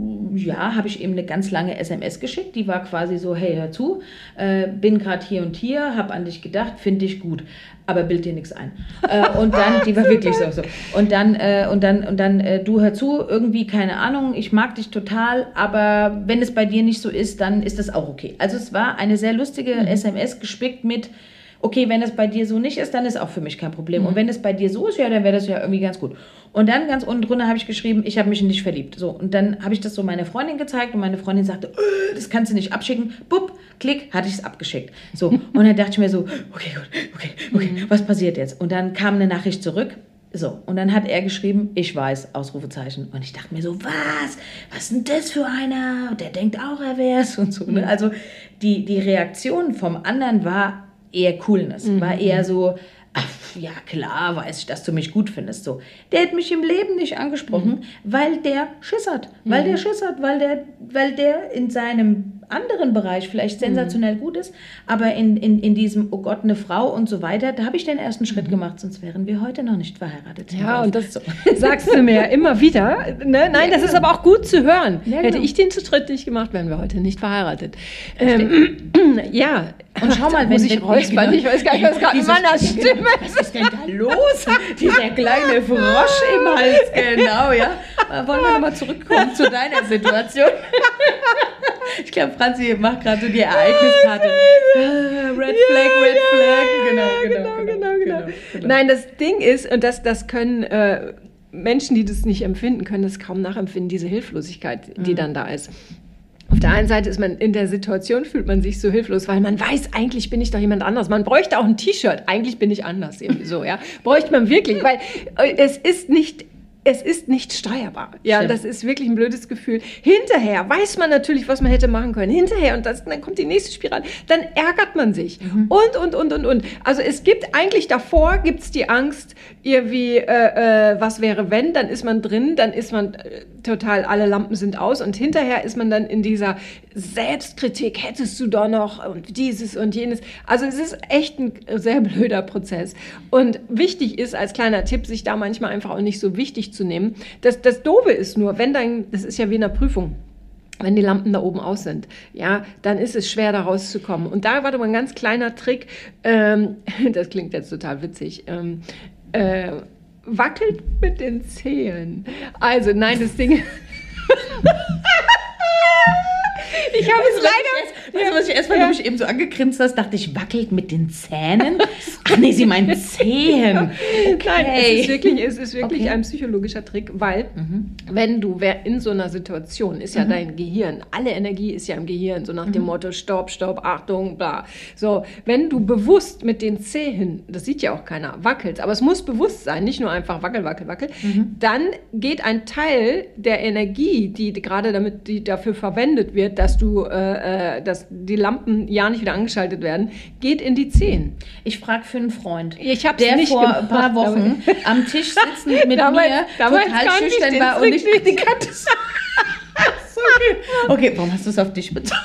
ja, habe ich ihm eine ganz lange S M S geschickt, die war quasi so, hey, hör zu, äh, bin gerade hier und hier, habe an dich gedacht, finde dich gut, aber bild dir nichts ein. Äh, und dann, die war wirklich so, so. Und dann, äh, und dann, und dann, äh, du hör zu, irgendwie, keine Ahnung, ich mag dich total, aber wenn es bei dir nicht so ist, dann ist das auch okay. Also es war eine sehr lustige mhm. S M S gespickt mit, Okay, wenn es bei dir so nicht ist, dann ist auch für mich kein Problem. Mhm. Und wenn es bei dir so ist, ja, dann wäre das ja irgendwie ganz gut. Und dann ganz unten drunter habe ich geschrieben, ich habe mich in dich verliebt. So, und dann habe ich das so meiner Freundin gezeigt und meine Freundin sagte, äh, das kannst du nicht abschicken. Bupp, klick, hatte ich es abgeschickt. So, und dann dachte ich mir so, okay, gut, okay, okay, mhm. was passiert jetzt? Und dann kam eine Nachricht zurück. So, und dann hat er geschrieben, ich weiß, Ausrufezeichen. Und ich dachte mir so, was? Was ist denn das für einer? Der denkt auch, er wär's und so. Ne? Mhm. Also die, die Reaktion vom anderen war eher Coolness, mhm. war eher so, ach, ja klar, weiß ich, dass du mich gut findest. So. Der hat mich im Leben nicht angesprochen, mhm. weil der schissert. Weil mhm. der schissert, weil der, weil der in seinem anderen Bereich vielleicht sensationell mhm. gut ist, aber in, in, in diesem, oh Gott, eine Frau und so weiter, da habe ich den ersten Schritt mhm. gemacht, sonst wären wir heute noch nicht verheiratet. Ja, und das so. sagst du mir immer wieder. Ne? Nein, ja, das ist aber auch gut zu hören. Ja, Hätte genau. ich den zu dritt nicht gemacht, wären wir heute nicht verheiratet. Ähm, ja. Und schau mal, wenn ich räuspern, ich weiß gar nicht, was gerade in meiner Stimme ist. Was ist denn da los? Dieser kleine Frosch im Hals, genau, ja. Wollen wir nochmal zurückkommen zu deiner Situation? Ich glaube, Franzi macht gerade so die Ereigniskarte. Red Flag, Red Flag. Genau, genau, genau, genau, genau, genau. Nein, das Ding ist, und das, das können äh, Menschen, die das nicht empfinden, können das kaum nachempfinden, diese Hilflosigkeit, die mhm. dann da ist. Auf der einen Seite ist man in der Situation, fühlt man sich so hilflos, weil man weiß, eigentlich bin ich doch jemand anders. Man bräuchte auch ein T-Shirt, eigentlich bin ich anders, irgendwie so, ja. Bräuchte man wirklich, weil es ist nicht... Es ist nicht steuerbar. Ja, Stimmt. Das ist wirklich ein blödes Gefühl. Hinterher weiß man natürlich, was man hätte machen können. Hinterher, und das, dann kommt die nächste Spirale, dann ärgert man sich. Mhm. Und, und, und, und, und. Also es gibt eigentlich davor, gibt es die Angst, irgendwie, äh, äh, was wäre wenn, dann ist man drin, dann ist man äh, total, alle Lampen sind aus und hinterher ist man dann in dieser Selbstkritik, hättest du doch noch und dieses und jenes. Also es ist echt ein sehr blöder Prozess. Und wichtig ist als kleiner Tipp, sich da manchmal einfach auch nicht so wichtig zu nehmen. Das, das Doofe ist nur, wenn dein, das ist ja wie in einer Prüfung, wenn die Lampen da oben aus sind, ja, dann ist es schwer, da rauszukommen. Und da war doch mal ein ganz kleiner Trick, ähm, das klingt jetzt total witzig, ähm, äh, wackelt mit den Zehen. Also, nein, das Ding... Ich habe es leider... Weißt du, was ich erst mal, ja. du mich eben so angegrinst hast, dachte ich, wackelt mit den Zähnen? Ach nee, sie meinen Zehen. Okay. Nein, es ist wirklich, es ist wirklich okay. ein psychologischer Trick, weil mhm. wenn du in so einer Situation, ist ja mhm. dein Gehirn, alle Energie ist ja im Gehirn, so nach mhm. dem Motto, Stopp, Stopp, Achtung, bla. So, wenn du bewusst mit den Zehen, das sieht ja auch keiner, wackelst, aber es muss bewusst sein, nicht nur einfach wackel, wackel, wackel, mhm. dann geht ein Teil der Energie, die gerade damit, die dafür verwendet wird, dass du, äh, dass die Lampen ja nicht wieder angeschaltet werden, geht in die Zehen. Ich frage für einen Freund, ich hab's der nicht vor gemacht, ein paar Wochen am Tisch sitzend mit damals, mir damals total schüchtern war und nicht die Kante. Okay. okay, warum hast du es auf dich bezahlt?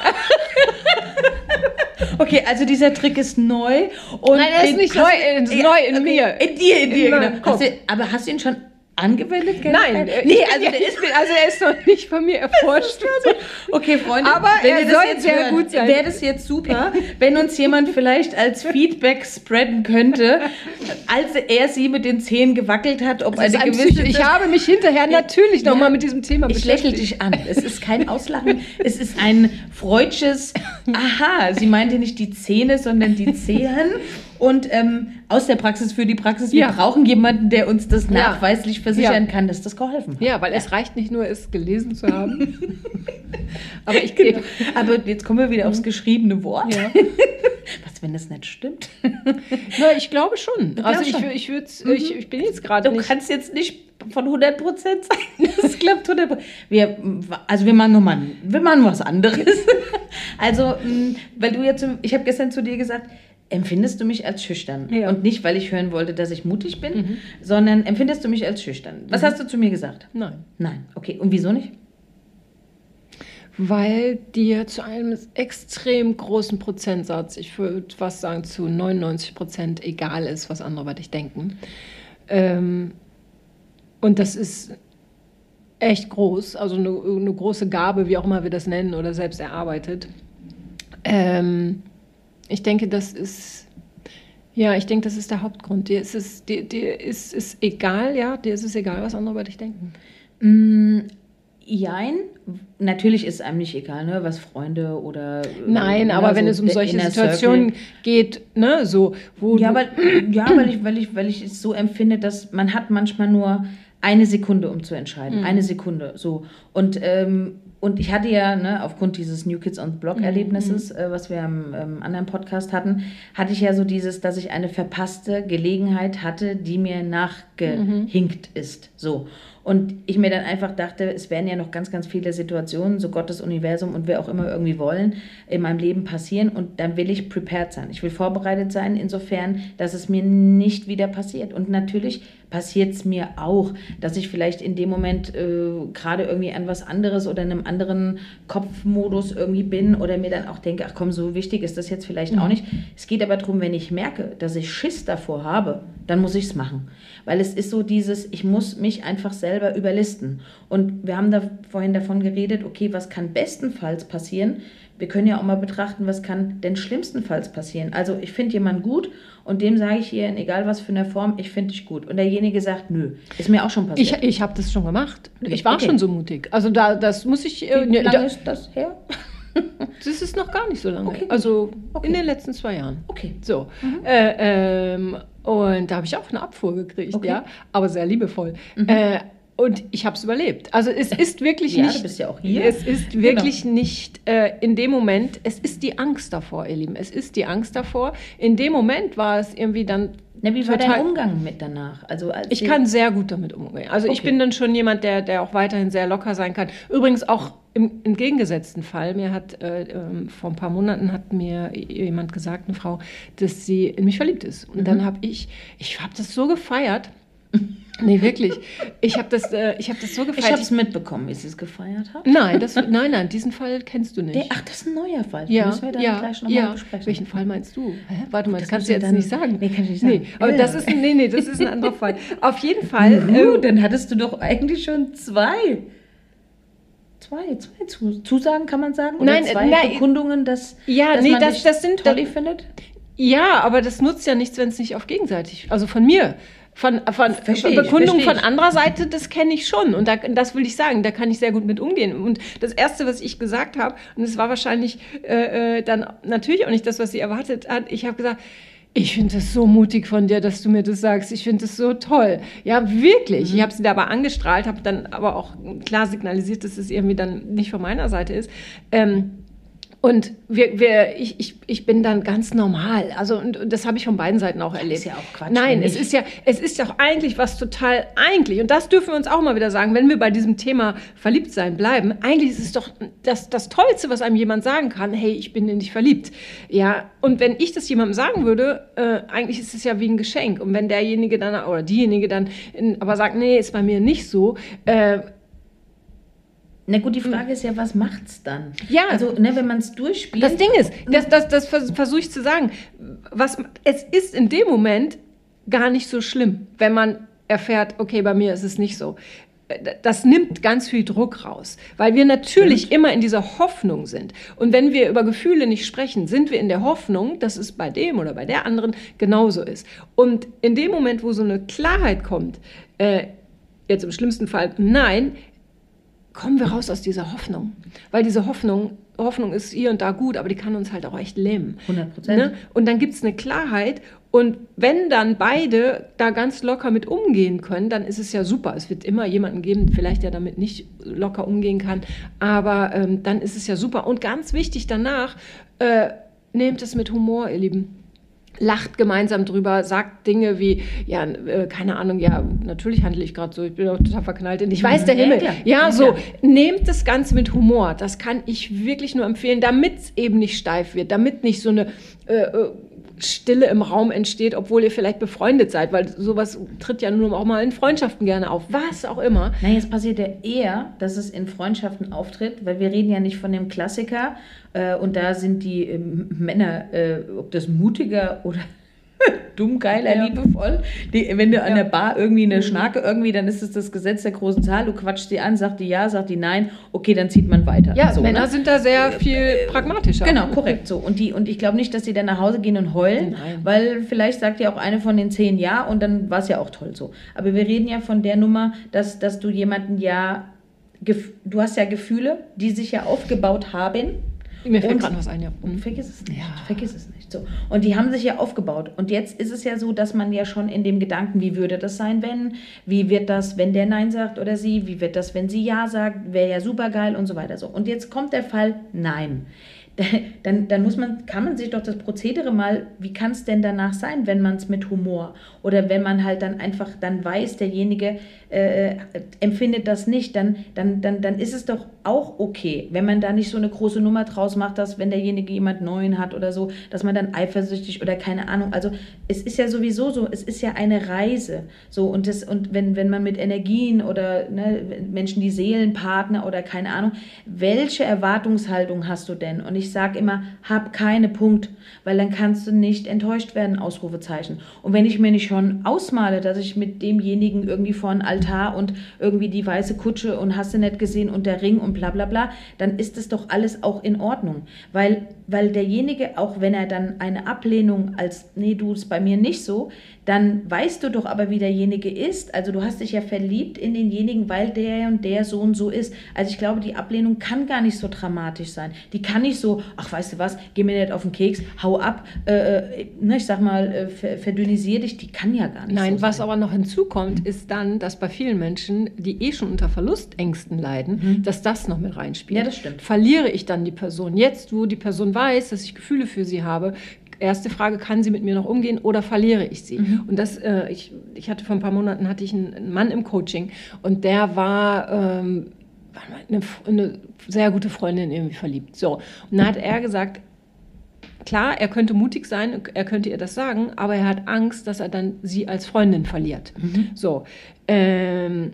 Okay, also dieser Trick ist neu. Und Nein, er ist nicht neu, er ist neu in mir. In dir, in dir, in genau. Hast du, aber hast du ihn schon angewendet? Nein, nee, also der ist, also er ist noch nicht von mir erforscht. Okay, Freunde, aber wenn er ihr das soll jetzt sehr hört, gut sein. Wäre das jetzt super, wenn uns jemand vielleicht als Feedback spreaden könnte, als er sie mit den Zähnen gewackelt hat, ob eine ein gewisse... Psycho- ich habe mich hinterher natürlich ja, noch mal mit diesem Thema ich beschäftigt. Ich lächle dich an. Es ist kein Auslachen, es ist ein freudsches Aha. Sie meinte nicht die Zähne, sondern die Zehen. Und ähm, aus der Praxis für die Praxis, wir ja. brauchen jemanden, der uns das ja. nachweislich versichern ja. kann, dass das geholfen hat. Ja, weil ja. es reicht nicht nur, es gelesen zu haben. Aber ich genau. Aber jetzt kommen wir wieder aufs geschriebene Wort. Ja. Was, wenn das nicht stimmt? Na, ich glaube schon. Du also ich, schon. ich, würd's, mhm. ich, ich bin jetzt gerade Du nicht... kannst jetzt nicht von hundert Prozent sein. Das klappt hundert Prozent. Wir, also wir machen nochmal, wir machen was anderes. Also, weil du jetzt, ich habe gestern zu dir gesagt, empfindest du mich als schüchtern? Ja. Und nicht, weil ich hören wollte, dass ich mutig bin, mhm. sondern empfindest du mich als schüchtern? Was mhm. hast du zu mir gesagt? Nein. Nein, okay. Und wieso nicht? Weil dir zu einem extrem großen Prozentsatz, ich würde fast sagen zu neunundneunzig Prozent egal ist, was andere über dich denken. Ähm, und das ist echt groß, also eine, eine große Gabe, wie auch immer wir das nennen, oder selbst erarbeitet. Ähm, Ich denke, das ist, ja, ich denke, das ist der Hauptgrund. Dir ist es, dir, dir ist es egal, ja, dir ist es egal, was andere über dich denken. Mm, Jein, natürlich ist einem nicht egal, ne, was Freunde oder... Nein, oder aber so wenn es um solche Situationen Circle geht, ne, so, wo... Ja, du, weil, ja weil, ich, weil, ich, weil ich es so empfinde, dass man hat manchmal nur eine Sekunde, um zu entscheiden. Mhm. Eine Sekunde, so. Und, ähm, und ich hatte ja, ne, aufgrund dieses New Kids on the Block Erlebnisses, mhm. äh, was wir im ähm, anderen Podcast hatten, hatte ich ja so dieses, dass ich eine verpasste Gelegenheit hatte, die mir nachgehinkt mhm. ist, so. Und ich mir dann einfach dachte, es werden ja noch ganz, ganz viele Situationen, so Gott, das Universum und wer auch immer irgendwie wollen, in meinem Leben passieren. Und dann will ich prepared sein. Ich will vorbereitet sein, insofern, dass es mir nicht wieder passiert. Und natürlich passiert es mir auch, dass ich vielleicht in dem Moment äh, gerade irgendwie an was anderes oder in einem anderen Kopfmodus irgendwie bin oder mir dann auch denke, ach komm, so wichtig ist das jetzt vielleicht mhm. auch nicht. Es geht aber darum, wenn ich merke, dass ich Schiss davor habe, dann muss ich es machen. Weil es ist so dieses, ich muss mich einfach selber überlisten. Und wir haben da vorhin davon geredet, okay, was kann bestenfalls passieren? Wir können ja auch mal betrachten, was kann denn schlimmstenfalls passieren. Also ich finde jemanden gut und dem sage ich hier, in egal was für eine Form, ich finde dich gut. Und derjenige sagt, nö, ist mir auch schon passiert. Ich, ich habe das schon gemacht. Ich war okay. schon so mutig. Also da, das muss ich... Äh, Wie lange da, ist das her? Das ist noch gar nicht so lange. Okay. Also okay. in den letzten zwei Jahren. Okay. So. Mhm. Äh, ähm, und da habe ich auch eine Abfuhr gekriegt, okay. ja, aber sehr liebevoll. Mhm. Äh, Und ich habe es überlebt. Also es ist wirklich ja, nicht... Du bist ja auch hier. Es ist wirklich genau. nicht äh, in dem Moment, es ist die Angst davor, ihr Lieben. Es ist die Angst davor. In dem Moment war es irgendwie dann... Na, wie war dein Umgang mit danach? Also als ich kann sehr gut damit umgehen. Also okay. ich bin dann schon jemand, der, der auch weiterhin sehr locker sein kann. Übrigens auch im entgegengesetzten Fall. Mir hat äh, ähm, vor ein paar Monaten hat mir jemand gesagt, eine Frau, dass sie in mich verliebt ist. Und mhm. dann habe ich, ich habe das so gefeiert. Nee, wirklich. Ich habe das, äh, ich hab das so gefeiert. Ich habe es mitbekommen, wie sie es gefeiert hat. Nein, das, nein, nein, diesen Fall kennst du nicht. Der, ach, das ist ein neuer Fall. Ja, müssen wir dann ja, gleich nochmal ja. besprechen. Welchen Fall meinst du? Hä? Warte mal, das, das kannst du jetzt dann, nicht sagen. Nee, kann ich nicht sagen. Nee, aber ja. das ist, nee, nee, das ist ein anderer Fall. Auf jeden Fall. Uh, äh, dann hattest du doch eigentlich schon zwei. Zwei, zwei Zusagen kann man sagen? Oder nein, zwei nein, Bekundungen, dass, ja, dass nee, man das, dich das sind, Tolli das, findet? Ja, aber das nutzt ja nichts, wenn es nicht auf gegenseitig, also von mir. Von, von versteh Bekundung ich, von anderer Seite, das kenne ich schon. Und da, das will ich sagen, da kann ich sehr gut mit umgehen. Und das Erste, was ich gesagt habe, und es war wahrscheinlich äh, dann natürlich auch nicht das, was sie erwartet hat, ich habe gesagt, ich finde das so mutig von dir, dass du mir das sagst. Ich finde das so toll. Ja, wirklich. Mhm. Ich habe sie dabei angestrahlt, habe dann aber auch klar signalisiert, dass es irgendwie dann nicht von meiner Seite ist. Ähm, Und wir, wir, ich, ich, ich bin dann ganz normal. Also, und, und das habe ich von beiden Seiten auch erlebt. Das ist ja auch Quatsch. Nein, es ist ja, es ist ja auch eigentlich was total, eigentlich, und das dürfen wir uns auch mal wieder sagen, wenn wir bei diesem Thema Verliebtsein bleiben, eigentlich ist es doch das, das Tollste, was einem jemand sagen kann, hey, ich bin in dich verliebt. Ja, und wenn ich das jemandem sagen würde, äh, eigentlich ist es ja wie ein Geschenk. Und wenn derjenige dann, oder diejenige dann in, aber sagt, nee, ist bei mir nicht so, äh, na gut, die Frage ist ja, was macht's dann? Ja. Also, ne, wenn man es durchspielt... Das Ding ist, das, das, das versuche ich zu sagen, was, es ist in dem Moment gar nicht so schlimm, wenn man erfährt, okay, bei mir ist es nicht so. Das nimmt ganz viel Druck raus, weil wir natürlich Stimmt. immer in dieser Hoffnung sind. Und wenn wir über Gefühle nicht sprechen, sind wir in der Hoffnung, dass es bei dem oder bei der anderen genauso ist. Und in dem Moment, wo so eine Klarheit kommt, äh, jetzt im schlimmsten Fall nein, kommen wir raus aus dieser Hoffnung. Weil diese Hoffnung, Hoffnung ist hier und da gut, aber die kann uns halt auch echt lähmen. hundert Prozent. Ne? Und dann gibt es eine Klarheit. Und wenn dann beide da ganz locker mit umgehen können, dann ist es ja super. Es wird immer jemanden geben, vielleicht der damit nicht locker umgehen kann. Aber ähm, dann ist es ja super. Und ganz wichtig danach, äh, nehmt es mit Humor, ihr Lieben. Lacht gemeinsam drüber, sagt Dinge wie, ja, äh, keine Ahnung, ja, natürlich handle ich gerade so, ich bin auch total verknallt in dich, weiß der ja, Himmel. klar. Ja, ja, so, klar. Nehmt das Ganze mit Humor, das kann ich wirklich nur empfehlen, damit es eben nicht steif wird, damit nicht so eine äh, Stille im Raum entsteht, obwohl ihr vielleicht befreundet seid, weil sowas tritt ja nur auch mal in Freundschaften gerne auf, was auch immer. Nein, jetzt passiert ja eher, dass es in Freundschaften auftritt, weil wir reden ja nicht von dem Klassiker äh, und da sind die äh, Männer, äh, ob das mutiger oder dumm, geiler, ja. liebevoll. Die, wenn du an ja. der Bar irgendwie eine Schnarke irgendwie, dann ist es das Gesetz der großen Zahl. Du quatschst die an, sagt die ja, sagt die nein. Okay, dann zieht man weiter. Ja, so, Männer ne? sind da sehr viel äh, pragmatischer. Genau, korrekt. So. Und, die, und ich glaube nicht, dass die dann nach Hause gehen und heulen, nein. weil vielleicht sagt ja auch eine von den zehn ja und dann war es ja auch toll so. Aber wir reden ja von der Nummer, dass, dass du jemanden ja du hast ja Gefühle, die sich ja aufgebaut haben. Mir fällt gerade was ein, ja. Und vergiss es nicht, ja. vergiss es nicht. So. Und die haben sich ja aufgebaut. Und jetzt ist es ja so, dass man ja schon in dem Gedanken, wie würde das sein, wenn, wie wird das, wenn der Nein sagt oder sie, wie wird das, wenn sie Ja sagt, wäre ja super geil und so weiter. So. Und jetzt kommt der Fall Nein. Dann, dann muss man, kann man sich doch das Prozedere mal, wie kann es denn danach sein, wenn man es mit Humor oder wenn man halt dann einfach dann weiß, derjenige äh, empfindet das nicht, dann, dann, dann, dann ist es doch auch okay, wenn man da nicht so eine große Nummer draus macht, dass wenn derjenige jemand Neuen hat oder so, dass man dann eifersüchtig oder keine Ahnung, also es ist ja sowieso so, es ist ja eine Reise, so und, das, und wenn, wenn man mit Energien oder ne, Menschen, die Seelenpartner oder keine Ahnung, welche Erwartungshaltung hast du denn? Und ich sage immer, hab keine Punkt, weil dann kannst du nicht enttäuscht werden, Ausrufezeichen. Und wenn ich mir nicht schon ausmale, dass ich mit demjenigen irgendwie vor ein Altar und irgendwie die weiße Kutsche und hast du nicht gesehen und der Ring und bla bla bla, dann ist es doch alles auch in Ordnung. Weil, weil derjenige, auch wenn er dann eine Ablehnung als, nee, du ist bei mir nicht so, dann weißt du doch aber, wie derjenige ist. Also du hast dich ja verliebt in denjenigen, weil der und der so und so ist. Also ich glaube, die Ablehnung kann gar nicht so dramatisch sein. Die kann nicht so, ach weißt du was, geh mir nicht auf den Keks, hau ab, äh, ne, ich sag mal, äh, verdünnisier dich, die kann ja gar nicht Nein, so sein. was aber noch hinzukommt, ist dann, dass bei vielen Menschen, die eh schon unter Verlustängsten leiden, mhm. dass das noch mit reinspielt. Ja, das stimmt. Verliere ich dann die Person? Jetzt, wo die Person weiß, dass ich Gefühle für sie habe, erste Frage, kann sie mit mir noch umgehen oder verliere ich sie? Mhm. Und das, äh, ich, ich hatte vor ein paar Monaten, hatte ich einen, einen Mann im Coaching und der war ähm, eine, eine sehr gute Freundin irgendwie verliebt. So. Und dann hat er gesagt, klar, er könnte mutig sein, er könnte ihr das sagen, aber er hat Angst, dass er dann sie als Freundin verliert. Mhm. So. Ähm,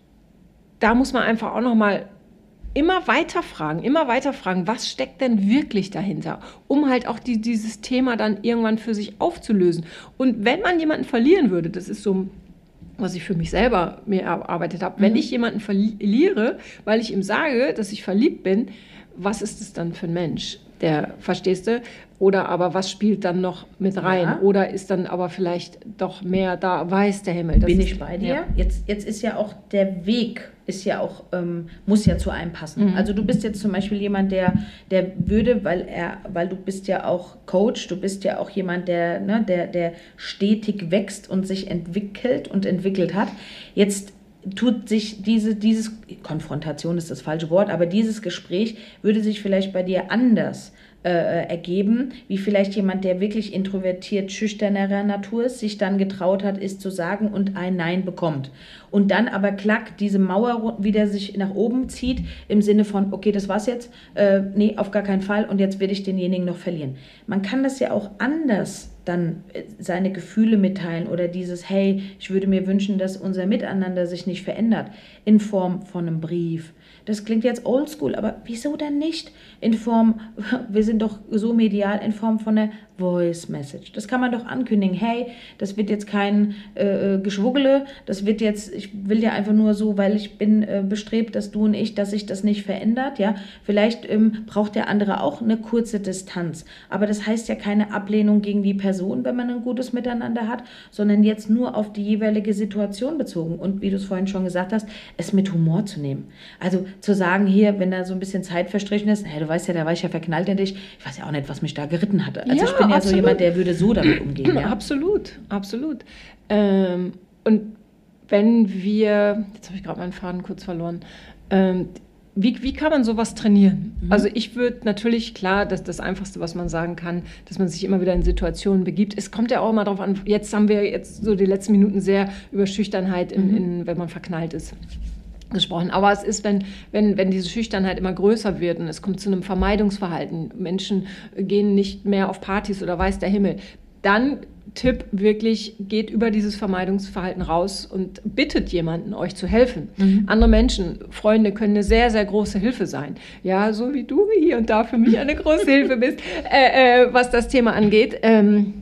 da muss man einfach auch noch mal immer weiter fragen, immer weiter fragen, was steckt denn wirklich dahinter, um halt auch die, dieses Thema dann irgendwann für sich aufzulösen. Und wenn man jemanden verlieren würde, das ist so, was ich für mich selber mir erarbeitet habe, mhm. wenn ich jemanden verliere, weil ich ihm sage, dass ich verliebt bin, was ist es dann für ein Mensch? Der, verstehst du? Oder aber was spielt dann noch mit rein? Ja. Oder ist dann aber vielleicht doch mehr da, weiß der Himmel. Das Bin ist, ich bei dir? Ja. Jetzt, jetzt ist ja auch der Weg, ist ja auch, ähm, muss ja zu einem passen. Mhm. Also du bist jetzt zum Beispiel jemand, der, der würde, weil er, weil du bist ja auch Coach, du bist ja auch jemand, der, ne, der, der stetig wächst und sich entwickelt und entwickelt hat. Jetzt tut sich diese, dieses, Konfrontation ist das falsche Wort, aber dieses Gespräch würde sich vielleicht bei dir anders äh, ergeben, wie vielleicht jemand, der wirklich introvertiert, schüchternerer Natur ist, sich dann getraut hat, es zu sagen und ein Nein bekommt. Und dann aber klack, diese Mauer wieder sich nach oben zieht, im Sinne von, okay, das war's jetzt, äh, nee, auf gar keinen Fall und jetzt will ich denjenigen noch verlieren. Man kann das ja auch anders dann seine Gefühle mitteilen oder dieses, hey, ich würde mir wünschen, dass unser Miteinander sich nicht verändert, in Form von einem Brief. Das klingt jetzt oldschool, aber wieso denn nicht? In Form, wir sind doch so medial, in Form von einer Voice Message. Das kann man doch ankündigen. Hey, das wird jetzt kein äh, Geschwuggele, das wird jetzt, ich will ja einfach nur so, weil ich bin äh, bestrebt, dass du und ich, dass sich das nicht verändert, ja. Vielleicht ähm, braucht der andere auch eine kurze Distanz. Aber das heißt ja keine Ablehnung gegen die Person, wenn man ein gutes Miteinander hat, sondern jetzt nur auf die jeweilige Situation bezogen. Und wie du es vorhin schon gesagt hast, es mit Humor zu nehmen. Also zu sagen, hier, wenn da so ein bisschen Zeit verstrichen ist, hey, du weißt ja, da war ich ja verknallt in dich, ich weiß ja auch nicht, was mich da geritten hatte. Also ja, ich bin ja absolut. so jemand, der würde so damit umgehen. Ja? Absolut, absolut. Ähm, und wenn wir, jetzt habe ich gerade meinen Faden kurz verloren, ähm, wie, wie kann man sowas trainieren? Mhm. Also ich würde natürlich, klar, das das Einfachste, was man sagen kann, dass man sich immer wieder in Situationen begibt. Es kommt ja auch immer darauf an, jetzt haben wir jetzt so die letzten Minuten sehr über Schüchternheit, in, mhm. in, wenn man verknallt ist, gesprochen. Aber es ist, wenn, wenn, wenn diese Schüchternheit immer größer wird und es kommt zu einem Vermeidungsverhalten, Menschen gehen nicht mehr auf Partys oder weiß der Himmel, dann Tipp wirklich, geht über dieses Vermeidungsverhalten raus und bittet jemanden, euch zu helfen. Mhm. Andere Menschen, Freunde können eine sehr, sehr große Hilfe sein. Ja, so wie du hier und da für mich eine große Hilfe bist, äh, äh, was das Thema angeht. Ähm,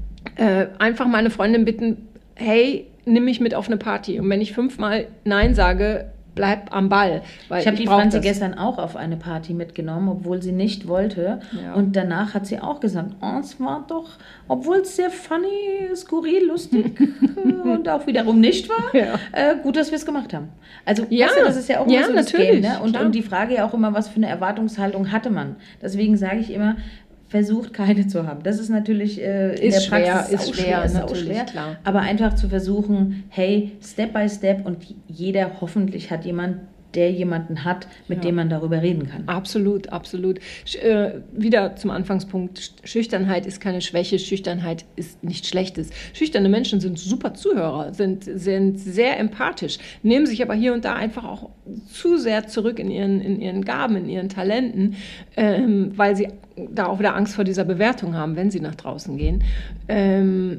äh, einfach meine Freundin bitten, hey, nimm mich mit auf eine Party. Und wenn ich fünfmal Nein sage, bleib am Ball. Weil ich habe die brauch Franzi das. gestern auch auf eine Party mitgenommen, obwohl sie nicht wollte. Ja. Und danach hat sie auch gesagt, oh, es war doch, obwohl es sehr funny, skurril, lustig und auch wiederum nicht war, Ja. äh, gut, dass wir es gemacht haben. Also, Ja. weißt du, das ist ja auch immer Ja, so das natürlich, Game, ne? Und, klar. und die Frage ja auch immer, was für eine Erwartungshaltung hatte man. Deswegen sage ich immer, versucht keine zu haben. Das ist natürlich äh, in Ist der schwer, Praxis ist sau schwer, ist sau natürlich, schwer. klar. Aber einfach zu versuchen, hey, Step by Step und jeder hoffentlich hat jemand, der jemanden hat, mit Ja. dem man darüber reden kann. Absolut, absolut. Sch äh, wieder zum Anfangspunkt. Sch- Schüchternheit ist keine Schwäche, Schüchternheit ist nichts Schlechtes. Schüchterne Menschen sind super Zuhörer, sind, sind sehr empathisch, nehmen sich aber hier und da einfach auch zu sehr zurück in ihren, in ihren Gaben, in ihren Talenten, ähm, weil sie da auch wieder Angst vor dieser Bewertung haben, wenn sie nach draußen gehen. Ähm,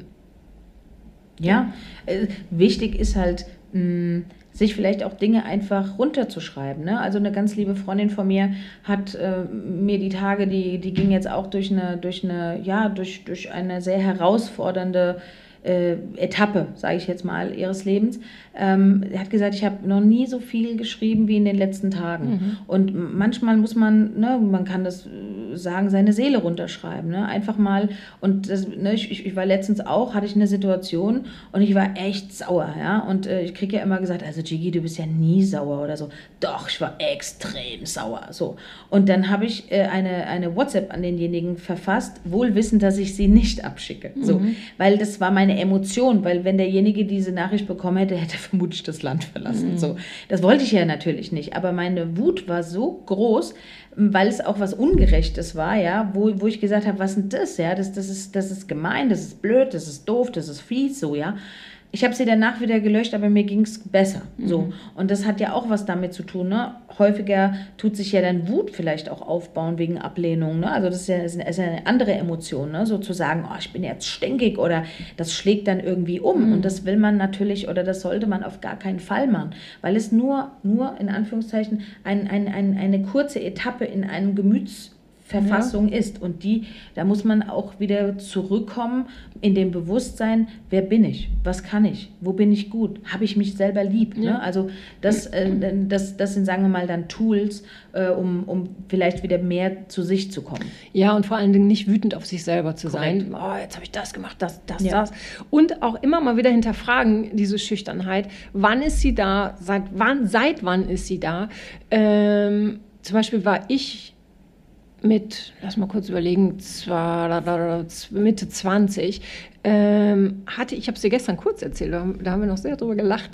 Ja, äh, wichtig ist halt, mh, sich vielleicht auch Dinge einfach runterzuschreiben. Ne? Also eine ganz liebe Freundin von mir hat äh, mir die Tage, die, die ging jetzt auch durch eine, durch eine, ja, durch, durch eine sehr herausfordernde äh, Etappe, sage ich jetzt mal, ihres Lebens. Ähm, er hat gesagt, ich habe noch nie so viel geschrieben wie in den letzten Tagen. Mhm. Und manchmal muss man, ne, man kann das äh, sagen, seine Seele runterschreiben. Ne? Einfach mal, und das, ne, ich, ich war letztens auch, hatte ich eine Situation und ich war echt sauer. Ja? Und äh, ich kriege ja immer gesagt, also Gigi, du bist ja nie sauer oder so. Doch, ich war extrem sauer. So. Und dann habe ich äh, eine, eine WhatsApp an denjenigen verfasst, wohl wissend, dass ich sie nicht abschicke. Mhm. So. Weil das war meine Emotion, weil wenn derjenige diese Nachricht bekommen hätte, hätte er vermutlich das Land verlassen. Mhm. So. Das wollte ich ja natürlich nicht, aber meine Wut war so groß, weil es auch was Ungerechtes war, ja, wo, wo ich gesagt habe, was ist denn das, ja, das, das, ist, das ist gemein, das ist blöd, das ist doof, das ist fies, so, ja. Ich habe sie danach wieder gelöscht, aber mir ging es besser. So. Mhm. Und das hat ja auch was damit zu tun. Ne? Häufiger tut sich ja dann Wut vielleicht auch aufbauen wegen Ablehnung. Ne? Also das ist ja, das ist ja eine andere Emotion, ne? So zu sagen, oh, ich bin jetzt stinkig oder das schlägt dann irgendwie um. Mhm. Und das will man natürlich oder das sollte man auf gar keinen Fall machen, weil es nur, nur in Anführungszeichen ein, ein, ein, eine kurze Etappe in einem Gemüts Verfassung ja. ist. Und die, da muss man auch wieder zurückkommen in dem Bewusstsein, wer bin ich? Was kann ich? Wo bin ich gut? Habe ich mich selber lieb? Ja. Ne? Also das, äh, das, das sind, sagen wir mal, dann Tools, äh, um, um vielleicht wieder mehr zu sich zu kommen. Ja, und vor allen Dingen nicht wütend auf sich selber zu Korrekt. sein. Oh, jetzt habe ich das gemacht, das, das, Ja. das. Und auch immer mal wieder hinterfragen, diese Schüchternheit. Wann ist sie da? Seit wann, seit wann ist sie da? Ähm, zum Beispiel war ich mit, lass mal kurz überlegen, zwar Mitte zwanzig, ähm, hatte, ich habe es dir gestern kurz erzählt, da haben, da haben wir noch sehr drüber gelacht,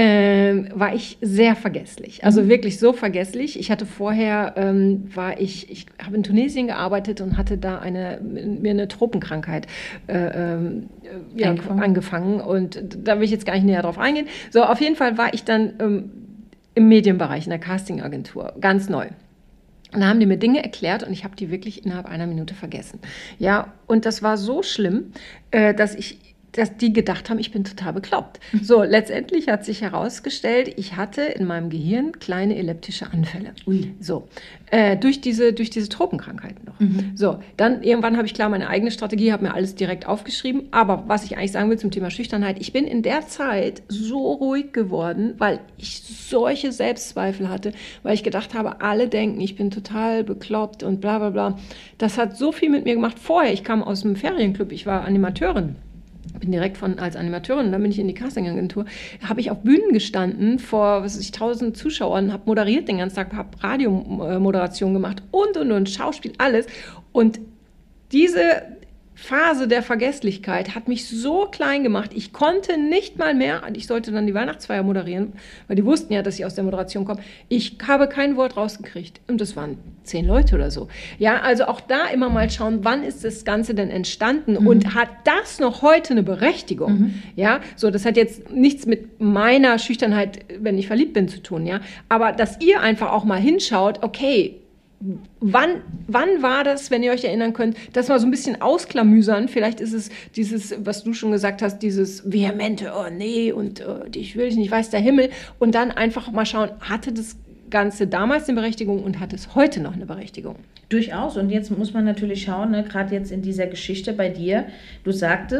ähm, war ich sehr vergesslich. Also Mhm. wirklich so vergesslich. Ich hatte vorher, ähm, war ich, ich habe in Tunesien gearbeitet und hatte da eine, mir eine Tropenkrankheit äh, ähm, ja, Angefangen. angefangen. Und da will ich jetzt gar nicht näher drauf eingehen. So, auf jeden Fall war ich dann ähm, im Medienbereich, in der Castingagentur, ganz neu. Und da haben die mir Dinge erklärt und ich habe die wirklich innerhalb einer Minute vergessen. Ja, und das war so schlimm, äh, dass ich, dass die gedacht haben, ich bin total bekloppt. So, letztendlich hat sich herausgestellt, ich hatte in meinem Gehirn kleine epileptische Anfälle. Ui. So, äh, durch diese, durch diese Tropenkrankheiten noch. Mhm. So, dann irgendwann habe ich klar meine eigene Strategie, habe mir alles direkt aufgeschrieben. Aber was ich eigentlich sagen will zum Thema Schüchternheit, ich bin in der Zeit so ruhig geworden, weil ich solche Selbstzweifel hatte, weil ich gedacht habe, alle denken, ich bin total bekloppt und bla bla bla. Das hat so viel mit mir gemacht. Vorher, ich kam aus einem Ferienclub, ich war Animateurin. Bin direkt von als Animateurin und dann bin ich in die Castingagentur. Habe ich auf Bühnen gestanden vor, was weiß ich, tausend Zuschauern, habe moderiert den ganzen Tag, habe Radiomoderation gemacht und, und, und, Schauspiel, alles. Und diese Phase der Vergesslichkeit hat mich so klein gemacht, ich konnte nicht mal mehr, ich sollte dann die Weihnachtsfeier moderieren, weil die wussten ja, dass ich aus der Moderation komme. Ich habe kein Wort rausgekriegt und das waren zehn Leute oder so. Ja, also auch da immer mal schauen, wann ist das Ganze denn entstanden mhm. und hat das noch heute eine Berechtigung? Mhm. Ja, so, das hat jetzt nichts mit meiner Schüchternheit, wenn ich verliebt bin, zu tun, ja, aber dass ihr einfach auch mal hinschaut, okay, Wann, wann war das, wenn ihr euch erinnern könnt, das mal so ein bisschen ausklamüsern? Vielleicht ist es dieses, was du schon gesagt hast, dieses vehemente, oh nee, und oh, ich will dich nicht, weiß der Himmel. Und dann einfach mal schauen, hatte das Ganze damals eine Berechtigung und hat es heute noch eine Berechtigung? Durchaus. Und jetzt muss man natürlich schauen, ne, gerade jetzt in dieser Geschichte bei dir, du sagtest,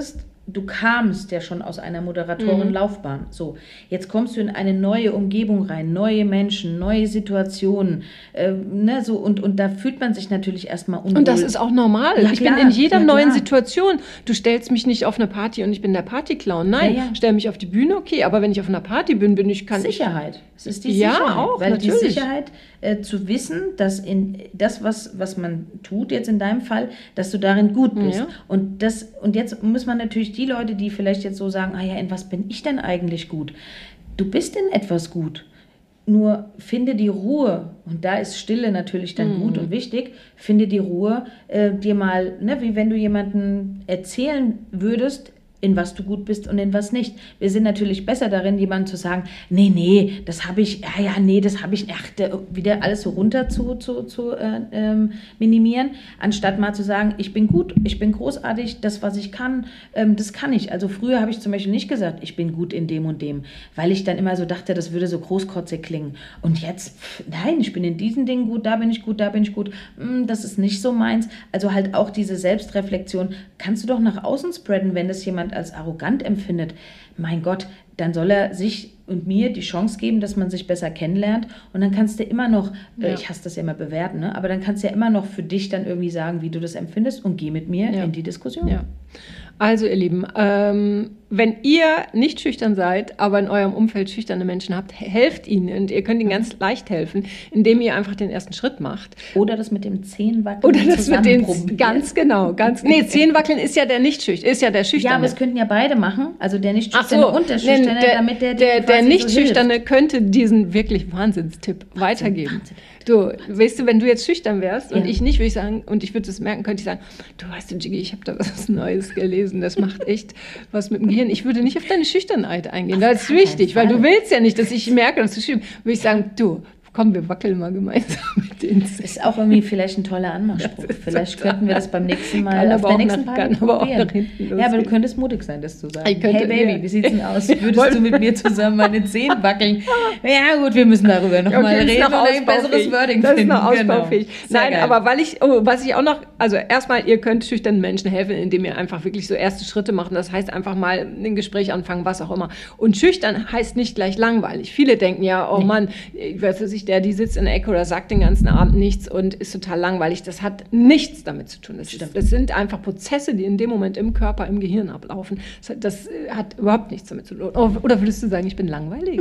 du kamst ja schon aus einer Moderatorenlaufbahn. So, jetzt kommst du in eine neue Umgebung rein, neue Menschen, neue Situationen, äh, ne, so, und, und da fühlt man sich natürlich erstmal unwohl. Und das ist auch normal. Ja, ich klar, bin in jeder ja, neuen klar. Situation. Du stellst mich nicht auf eine Party und ich bin der Partyclown. Nein, Ja, ja. stell mich auf die Bühne, okay, aber wenn ich auf einer Party bin, bin ich, kann ich... Sicherheit. Es ist die Ja, Sicherheit. auch, weil natürlich. die Sicherheit äh, zu wissen, dass in das, was, was man tut, jetzt in deinem Fall, dass du darin gut bist. Ja. Und, das, und jetzt muss man natürlich die Leute, die vielleicht jetzt so sagen, ah ja, in was bin ich denn eigentlich gut? Du bist in etwas gut. Nur finde die Ruhe, und da ist Stille natürlich dann Mhm. gut und wichtig, finde die Ruhe, äh, dir mal, ne, wie wenn du jemandem erzählen würdest, in was du gut bist und in was nicht. Wir sind natürlich besser darin, jemandem zu sagen, nee, nee, das habe ich, ja, ja, nee, das habe ich, ach, der, wieder alles so runter zu, zu, zu äh, ähm, minimieren, anstatt mal zu sagen, ich bin gut, ich bin großartig, das, was ich kann, ähm, das kann ich. Also früher habe ich zum Beispiel nicht gesagt, ich bin gut in dem und dem, weil ich dann immer so dachte, das würde so großkotzig klingen. Und jetzt, pff, nein, ich bin in diesen Dingen gut, da bin ich gut, da bin ich gut, hm, das ist nicht so meins. Also halt auch diese Selbstreflexion kannst du doch nach außen spreaden, wenn das jemand als arrogant empfindet. Mein Gott, dann soll er sich und mir die Chance geben, dass man sich besser kennenlernt, und dann kannst du immer noch, äh, Ja. ich hasse das ja immer bewerten, ne? Aber dann kannst du ja immer noch für dich dann irgendwie sagen, wie du das empfindest, und geh mit mir Ja. in die Diskussion. Ja. Also ihr Lieben, ähm, wenn ihr nicht schüchtern seid, aber in eurem Umfeld schüchterne Menschen habt, helft ihnen, und ihr könnt ihnen ganz leicht helfen, indem ihr einfach den ersten Schritt macht. Oder das mit dem Zehenwackeln Oder das mit den, probiert. ganz genau, ganz, nee, Zehenwackeln ist ja der nicht schüchtern, ist ja der Schüchterne. Ja, aber es könnten ja beide machen, also der nicht Ach Schüchterne so, und der nee, Schüchterne, der, damit der der, dir der quasi nicht so Schüchterne könnte diesen wirklich Wahnsinnstipp weitergeben. Wahnsinn. Du, weißt du, wenn du jetzt schüchtern wärst und Ja. ich nicht, würde ich sagen, und ich würde es merken, könnte ich sagen, du weißt du, Jiggy, ich habe da was Neues gelesen, das macht echt was mit dem Gehirn. Ich würde nicht auf deine Schüchternheit eingehen, das ist keinen wichtig, weil Fall. du willst ja nicht, dass ich merke, dass du schüchtern bist. Würde ich sagen, du, komm, wir wackeln mal gemeinsam mit den Das ist auch irgendwie vielleicht ein toller Anmachspruch. Das ist Vielleicht total. könnten wir das beim nächsten Mal Kann auf aber der auch nächsten nach- Party kann aber auch probieren. nach hinten Ja, aber du losgehen. könntest mutig sein, das zu sagen. Ich könnte- Hey Baby, ja. wie sieht's denn aus? Würdest du mit mir zusammen meine Zehen wackeln? Ja gut, wir müssen darüber nochmal Okay, ist reden noch und ein besseres ausbaufähig. Wording Das ist finden. noch Genau. ausbaufähig. Sehr Nein, geil. aber weil ich, oh, was ich auch noch, also erstmal, ihr könnt schüchternen Menschen helfen, indem ihr einfach wirklich so erste Schritte macht. Das heißt einfach mal ein Gespräch anfangen, was auch immer. Und schüchtern heißt nicht gleich langweilig. Viele denken ja, oh Mann, ich weiß nicht, der, die sitzt in der Ecke oder sagt den ganzen Abend nichts und ist total langweilig. Das hat nichts damit zu tun. Das, ist, das sind einfach Prozesse, die in dem Moment im Körper, im Gehirn ablaufen. Das, hat- das hat überhaupt nichts damit zu tun. Oder würdest du sagen, ich bin langweilig?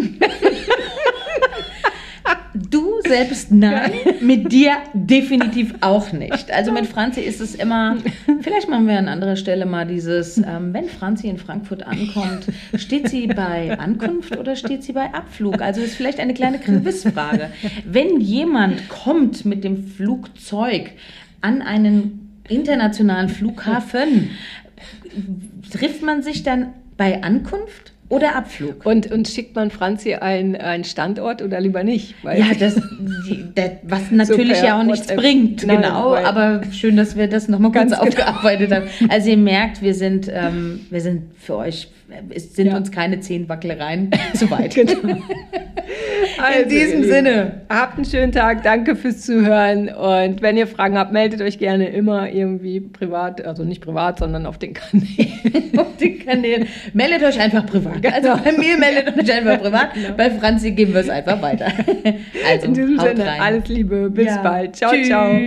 Du selbst nein, mit dir definitiv auch nicht. Also mit Franzi ist es immer, vielleicht machen wir an anderer Stelle mal dieses, ähm, wenn Franzi in Frankfurt ankommt, steht sie bei Ankunft oder steht sie bei Abflug? Also ist vielleicht eine kleine Quizfrage. Wenn jemand kommt mit dem Flugzeug an einen internationalen Flughafen, trifft man sich dann bei Ankunft oder Abflug? Und, und schickt man Franzi einen, einen Standort oder lieber nicht? Weil Ja, das, die, das was natürlich So per ja auch nichts WhatsApp. bringt, Nein, genau. weil- Aber schön, dass wir das nochmal ganz Ganz genau. aufgearbeitet haben. Also ihr merkt, wir sind, ähm, wir sind für euch, es sind Ja. uns keine Zehenwackelereien zu weit. Genau. Also, diesem ihr Lieben, Sinne. Habt einen schönen Tag, danke fürs Zuhören. Und wenn ihr Fragen habt, meldet euch gerne immer irgendwie privat, also nicht privat, sondern auf den Kanälen. Auf den Kanälen. Meldet euch einfach privat. Genau. Also bei mir meldet euch einfach privat. Bei Franzi geben wir es einfach weiter. Also In diesem haut Sinne, rein. alles Liebe, bis Ja. bald. Ciao, Tschüss. ciao.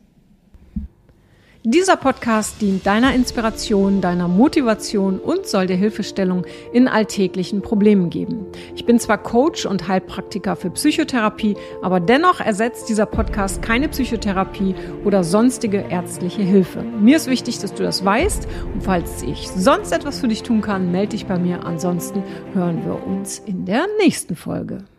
Dieser Podcast dient deiner Inspiration, deiner Motivation und soll dir Hilfestellung in alltäglichen Problemen geben. Ich bin zwar Coach und Heilpraktiker für Psychotherapie, aber dennoch ersetzt dieser Podcast keine Psychotherapie oder sonstige ärztliche Hilfe. Mir ist wichtig, dass du das weißt, und falls ich sonst etwas für dich tun kann, melde dich bei mir. Ansonsten hören wir uns in der nächsten Folge.